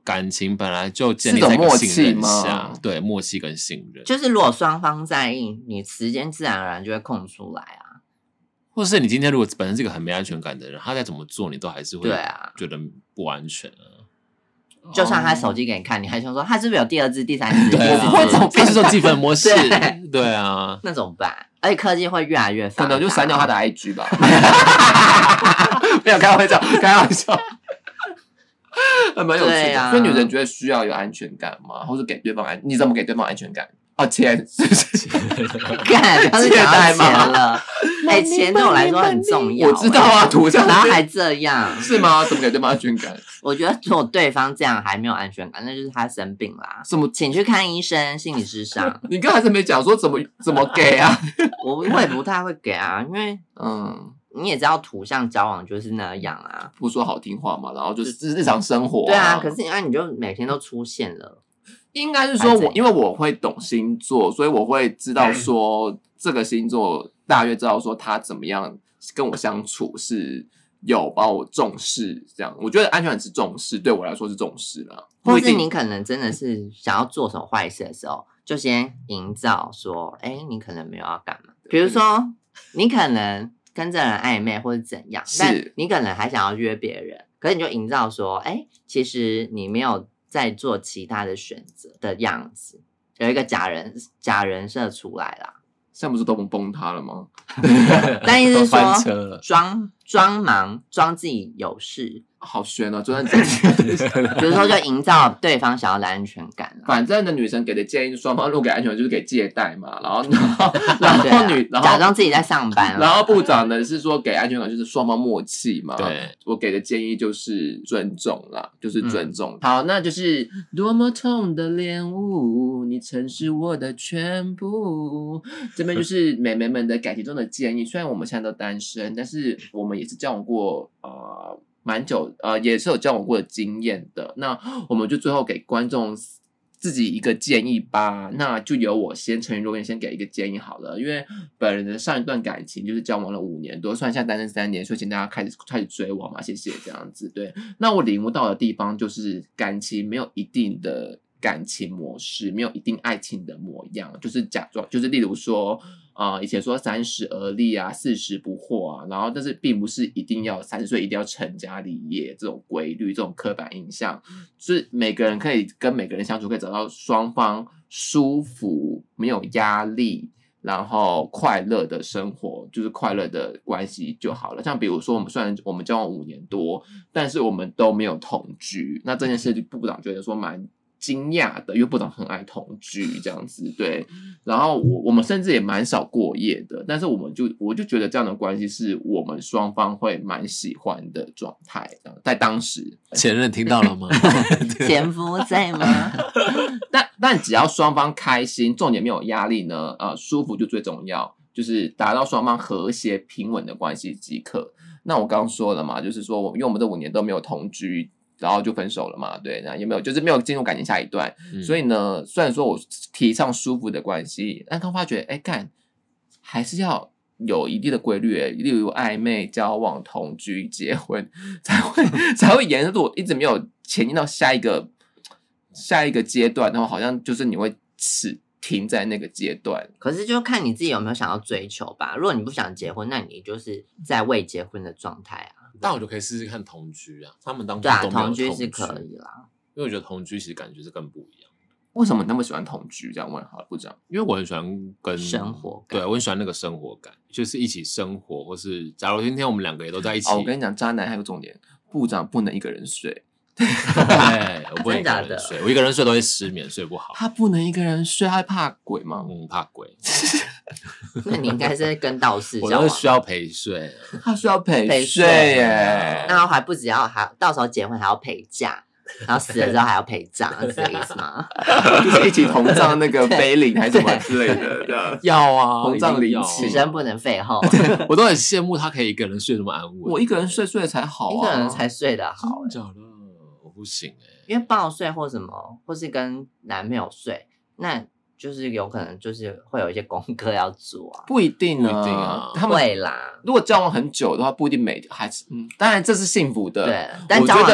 B: 感情本来就建立在一个信任下，对，默契跟信任。
D: 就是如果双方在意，你时间自然而然就会空出来啊。
B: 或是你今天如果本身是一个很没安全感的人，他再怎么做，你都还是会觉得不安全啊。
D: 就算他手机给你看，你还想说他是不是有第二支、第三支？
B: 对啊，他是说计分模式，对啊，
D: 那怎么办？而且科技会越来越发达，
A: 可能就删掉他的 I G 吧。没有开玩笑，开玩笑。蛮有趣的，啊、所以女人觉得需要有安全感吗？或是给对方安？你怎么给对方安全感？哦，钱，
D: 干，不要再讲钱了。哎、欸，钱对我来说很重要、欸。
A: 我知道啊，图像，
D: 然后还这样，
A: 是吗？怎么给对方安全感？
D: 我觉得如果对方这样还没有安全感，那就是他生病啦。
A: 什么？
D: 请去看医生，心理咨商。
A: 你刚才是没讲说怎么怎么给啊？
D: 我我也不太会给啊，因为嗯。你也知道图像交往就是那样啊，
A: 不说好听话嘛，然后就是日常生活、啊。
D: 对啊，可是那你就每天都出现了。
A: 应该是说我，因为我会懂星座，所以我会知道说这个星座大约知道说他怎么样跟我相处是有把我重视这样。我觉得安全感是重视，对我来说是重视啦。
D: 或是你可能真的是想要做什么坏事的时候，就先营造说，哎、欸，你可能没有要干嘛。比如说，你可能跟这人暧昧或者怎样，但你可能还想要约别人，可是你就营造说，哎、欸，其实你没有在做其他的选择的样子，有一个假人假人设出来啦。
A: 现在不是都崩塌了吗？
D: 但意思是说，装装忙，装自己有事。
A: 好悬哦！就算真的，
D: 比如说就营造对方想要的安全感。
A: 反正的女生给的建议，双方如果给安全感就是给借贷嘛，然后然后然后女、啊、然后
D: 假装自己在上班，
A: 然后部长呢是说给安全感就是双方默契嘛。
B: 对，
A: 我给的建议就是尊重啦，就是尊重。嗯、好，那就是多么痛的恋物，你曾是我的全部。这边就是美眉们的感情中的建议。虽然我们现在都单身，但是我们也是交往过呃。蛮久，呃，也是有交往过的经验的。那我们就最后给观众自己一个建议吧。那就由我先陈云若燕先给一个建议好了，因为本人的上一段感情就是交往了五年多，虽然现在单身三年，所以请大家开始开始追我嘛，谢谢这样子。对，那我领悟到的地方就是感情没有一定的感情模式，没有一定爱情的模样，就是假装，就是例如说。啊、呃，以前说三十而立啊，四十不惑啊，然后但是并不是一定要三十岁一定要成家立业这种规律，这种刻板印象，就是每个人可以跟每个人相处，可以找到双方舒服、没有压力，然后快乐的生活，就是快乐的关系就好了。像比如说，我们虽然我们交往五年多，但是我们都没有同居，那这件事部长觉得说蛮。惊讶的，因为部长很爱同居这样子，对。然后我我们甚至也蛮少过夜的，但是我们就我就觉得这样的关系是我们双方会蛮喜欢的状态。在当时，
B: 前任听到了吗？
D: 前夫在吗？
A: 但但只要双方开心，重点没有压力呢，呃，舒服就最重要，就是达到双方和谐平稳的关系即可。那我刚刚说了嘛，就是说，因为我们这五年都没有同居。然后就分手了嘛，对，那也没有，就是没有进入感情下一段，嗯、所以呢，虽然说我提倡舒服的关系，但刚发觉，哎，干还是要有一定的规律，例如暧昧、交往、同居、结婚，才会才会延续。我一直没有前进到下一个下一个阶段，然后好像就是你会只停在那个阶段。
D: 可是就看你自己有没有想要追求吧。如果你不想结婚，那你就是在未结婚的状态啊。
B: 但我就可以试试看同居啊，他们当初
D: 对啊，
B: 都没有同
D: 居是可以啦，
B: 因为我觉得同居其实感觉是更不一样。
A: 为什么你那么喜欢同居？这样问好了，部长。
B: 因为我很喜欢跟
D: 生活感，
B: 对我很喜欢那个生活感，就是一起生活，或是假如今天我们两个也都在一起。
A: 哦，我跟你讲，渣男还有个重点，部长不能一个人睡。
B: 对，我不能一个人睡，我一个人睡都会失眠，睡不好。
A: 他不能一个人睡，他怕鬼吗？
B: 嗯，怕鬼。
D: 那你应该是跟道士交往，
B: 我都需要陪睡，
A: 他需要陪
D: 陪
A: 睡耶。
D: 那还不只要还到时候结婚还要陪嫁，然后死了之后还要陪葬，是这个意思吗？
A: 就是一起同葬那个碑林还是什么之类的。
B: 要啊，
A: 同葬灵
D: 此生不能废后。
B: 我都很羡慕他可以一个人睡这么安稳。
A: 我一个人睡睡的才好啊，
D: 一个人才睡得好。
B: 真的假的？我不行哎、欸，
D: 因为抱睡或什么，或是跟男朋友睡，那。就是有可能就是会有一些功课要做啊，
A: 不一定
B: 啊，不一定啊，
D: 他们会啦。
A: 如果交往很久的话，不一定每还是嗯，当然这是幸福的。
D: 对，但交往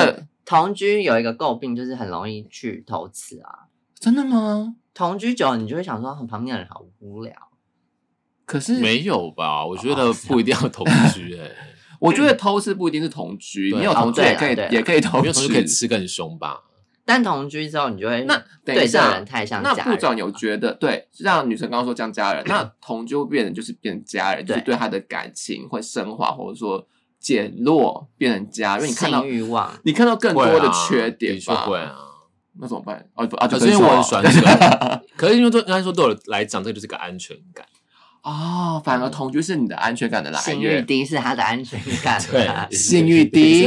D: 同居有一个诟病就是很容易去偷吃啊。
A: 真的吗？
D: 同居久你就会想说旁边的人好无聊。
A: 可是
B: 没有吧？我觉得不一定要同居哎、欸。
A: 我觉得偷吃不一定是同居，没有同居也可以、哦、也可以偷吃，
B: 没有同居可以吃更凶吧？
D: 但同居之后你就会
A: 那
D: 对这个人太像家人。
A: 那部长有觉得对，像女生刚刚说像家人，那同居会变成就是变成家人，就是对他的感情会升华，或者说减弱变成家，因为你看到
D: 性欲望，
A: 你看到更多的缺点吧？
B: 的确会啊。
A: 那怎么办？哦啊，
B: 可是因为我很喜欢这个，可是因为对应该说对我来讲，这就是个安全感。
A: 哦，反而同居是你的安全感的来源，
D: 性欲低是他的安全感。
B: 对，
A: 性欲低。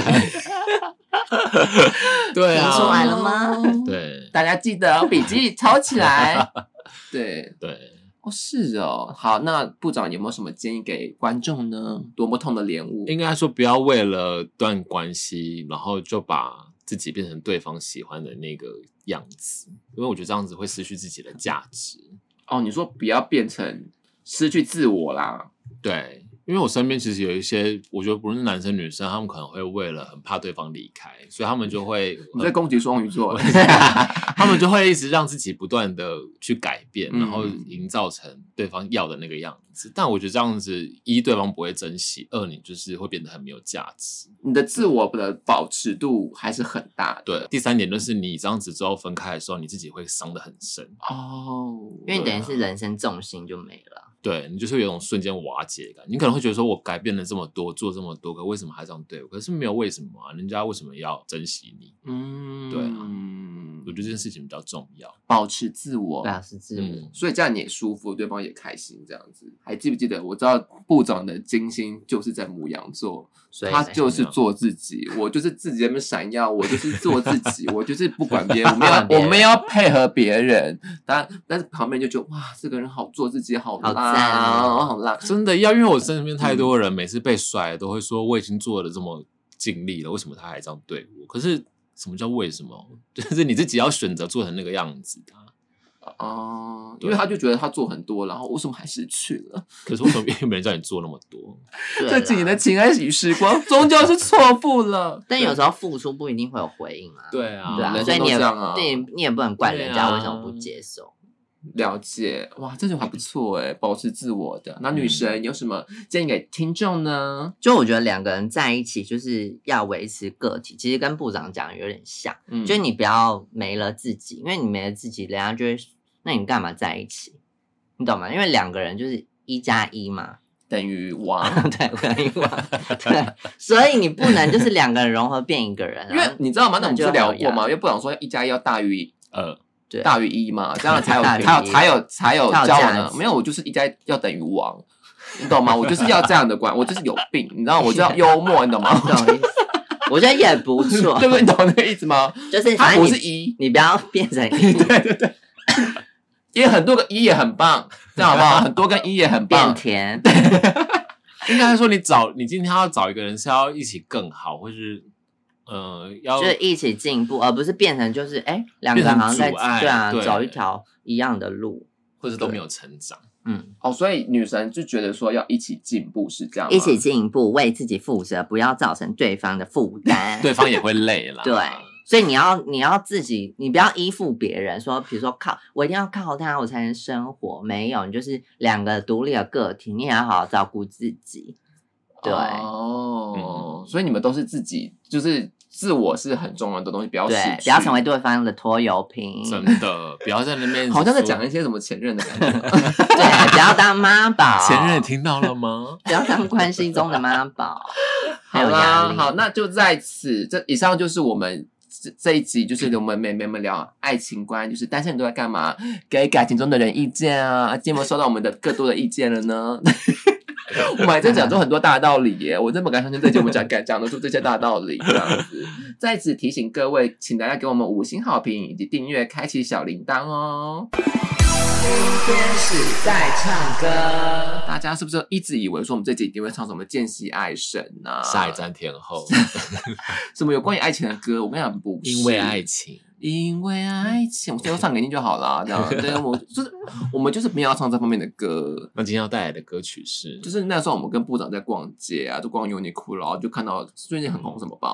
B: 对啊，
D: 听出来了吗？
B: 对，
A: 大家记得笔记抄起来。对
B: 对，
A: 哦，是哦。好，那部长有没有什么建议给观众呢？多么痛的领悟？
B: 应该说不要为了段关系，然后就把自己变成对方喜欢的那个样子，因为我觉得这样子会失去自己的价值。
A: 哦，你说不要变成失去自我啦。
B: 对，因为我身边其实有一些，我觉得不论是男生女生，他们可能会为了很怕对方离开，所以他们就会
A: 你在攻击双鱼座，
B: 他们就会一直让自己不断的去改变，然后营造成对方要的那个样子。但我觉得这样子，一对方不会珍惜，二你就是会变得很没有价值。
A: 你的自我的保持度还是很大的。
B: 对，第三点就是你这样子之后分开的时候，你自己会伤得很深
A: 哦，
D: 因为你等于是人生重心就没了。
B: 对，你就是有一种瞬间瓦解感。你可能会觉得说，我改变了这么多，做这么多，可为什么还这样对我？可是没有为什么啊，人家为什么要珍惜你？
A: 嗯，
B: 对啊，我觉得这件事情比较重要，
A: 保持自我，
D: 保持自我、嗯，
A: 所以这样你也舒服，对方也开心，这样子。还记不记得？我知道部长的金星就是在牡羊座，他就是做自己，我就是自己在那边闪耀，我就是做自己，我就是不管别人，我没有，我没有配合别人，但但是旁边就觉得哇，这个人好做自己，好辣。啊，好辣！
B: 真的要，因为我身边太多人，每次被甩都会说，我已经做的这么尽力了，为什么他还这样对我？可是什么叫为什么？就是你自己要选择做成那个样子的。
A: 哦、uh, 因为他就觉得他做很多，然后为什么还失去了？
B: 可是为什么没人叫你做那么多？
A: 这几年的情爱与时光终究是错付了。
D: 但有时候付出不一定会有回应啊。
B: 对啊，
D: 对啊，所以你也对你也不能怪人家为什么不接受。
A: 了解，哇，这句话不错哎，保持自我的。那女神有什么建议给听众呢？
D: 就我觉得两个人在一起就是要维持个体，其实跟部长讲的有点像，嗯，就是你不要没了自己，因为你没了自己，人家就会，那你干嘛在一起？你懂吗？因为两个人就是一加一嘛，
A: 等于王，
D: 对，等于王，对，所以你不能就是两个人融合变一个人，
A: 因为你知道吗？那我们不是聊过吗？因为部长说一加一要大于二。
D: 对，
A: 大于一嘛，这样才有才有才有才有交往呢。没有，我就是一加要等于王，你懂吗？我就是要这样的关，我就是有病，你知道，我就要幽默，你懂吗？
D: 懂意思？我觉得也不错，
A: 对不对？你懂那个意思吗？
D: 就是
A: 他不是一，
D: 你不要变成一，
A: 对对对，因为很多个一也很棒，这样好不好？很多跟一也很棒，
D: 变甜。
B: 应该说，你找你今天要找一个人是要一起更好，或是。呃，要
D: 就是一起进步，而不是变成就是哎，两个人好像在对啊
B: 对
D: 走一条一样的路，
B: 或者都没有成长。
D: 嗯，
A: 哦，所以女神就觉得说要一起进步是这样吗？
D: 一起进步，为自己负责，不要造成对方的负担，
B: 对方也会累啦。
D: 对，所以你要你要自己，你不要依附别人，说比如说靠我一定要靠他我才能生活，没有，你就是两个独立的个体，你也要好好照顾自己。对
A: 哦、嗯，所以你们都是自己就是。自我是很重要的东西，不要失去，
D: 不要成为对方的拖油瓶。
B: 真的，不要在那边
A: 好像在讲一些什么前任的感觉。
D: 对，不要当妈宝。
B: 前任听到了吗？
D: 不要当关系中的妈宝。
A: 好啦，好，那就在此，这以上就是我们这这一集，就是我们妹妹们聊爱情观，就是单身人都在干嘛，给感情中的人意见啊。今天有没有收到我们的更多的意见了呢？我们还在讲出很多大道理耶，我真不敢相信这节目讲敢讲得出这些大道理这样子。在此提醒各位，请大家给我们五星好评以及订阅，开启小铃铛哦。今天是在唱歌，大家是不是一直以为说我们这集一定会唱什么见习爱神啊？
B: 下一站天后，
A: 什么有关于爱情的歌？我跟你讲，不是
B: 因为爱情。
A: 因为爱情，我最后唱给你就好了。这样，对，我就是我们就是没有要唱这方面的歌。
B: 那今天要带来的歌曲是，
A: 就是那时候我们跟部长在逛街啊，就逛 Uniqlo，然后就看到最近很红什么包啊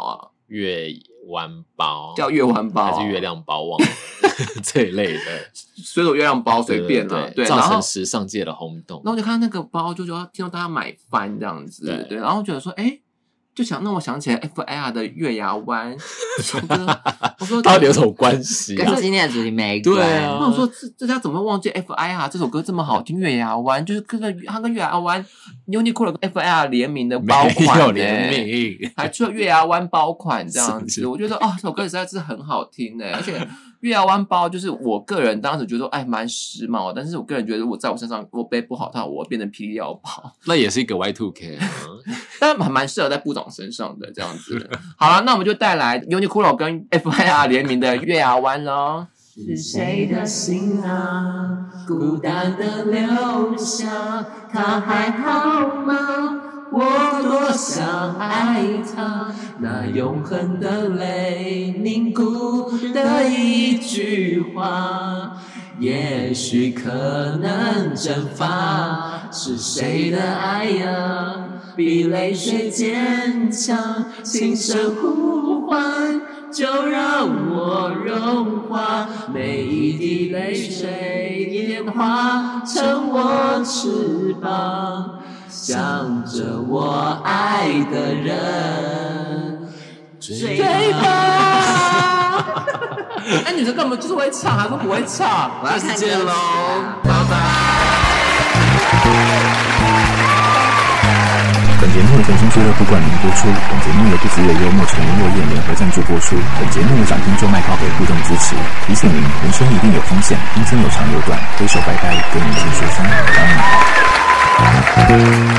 B: 月湾包，
A: 叫月湾包
B: 还是月亮包忘了这一类的，
A: 水煮月亮包随便啦、啊，对，
B: 造成时尚界的轰动。
A: 然后就看到那个包，就觉得听到大家买翻这样子，对，对然后觉得说，哎。就想让我想起来 F I R 的月牙湾，我说
B: 到底有什么关系、
D: 啊？跟今天的主题没关。
B: 对啊，
A: 那我说这这家怎么忘记 F I R 这首歌这么好听？月牙湾就是跟个它跟月牙湾 Uniqlo 跟 F I R 联名的包款、欸，
B: 没有联名，
A: 还出了月牙湾包款这样子。我觉得哦，这首歌实在是很好听哎、欸，而且月牙湾包就是我个人当时觉得哎蛮时髦，但是我个人觉得我在我身上我背不好它，我会变成霹雳腰包，
B: 那也是一个 Y 二 K，
A: 但还蛮适合在部长身上的这样子。好了，那我们就带来 Uniqlo 跟 F I R 联名的月牙湾咯。
C: 是谁的心啊，孤单的留下，他还好吗？我多想爱他，那永恒的泪凝固的一句话，也许可能蒸发。是谁的爱呀，比泪水坚强，轻声呼唤，就让我融化，每一滴泪水也化成我翅膀，向着我爱的人追吧。
A: 哎，女生根本就是会唱，还是不会唱？
D: 我要看
A: 见喽，拜拜。
E: 本节目由甜心俱乐部冠名播出，本节目由不只有幽默陈联络业联合赞助播出，本节目由掌听就卖靠北互动支持。提醒您，人生一定有风险，人生有长有短，挥手拜拜，跟您先说声拜拜。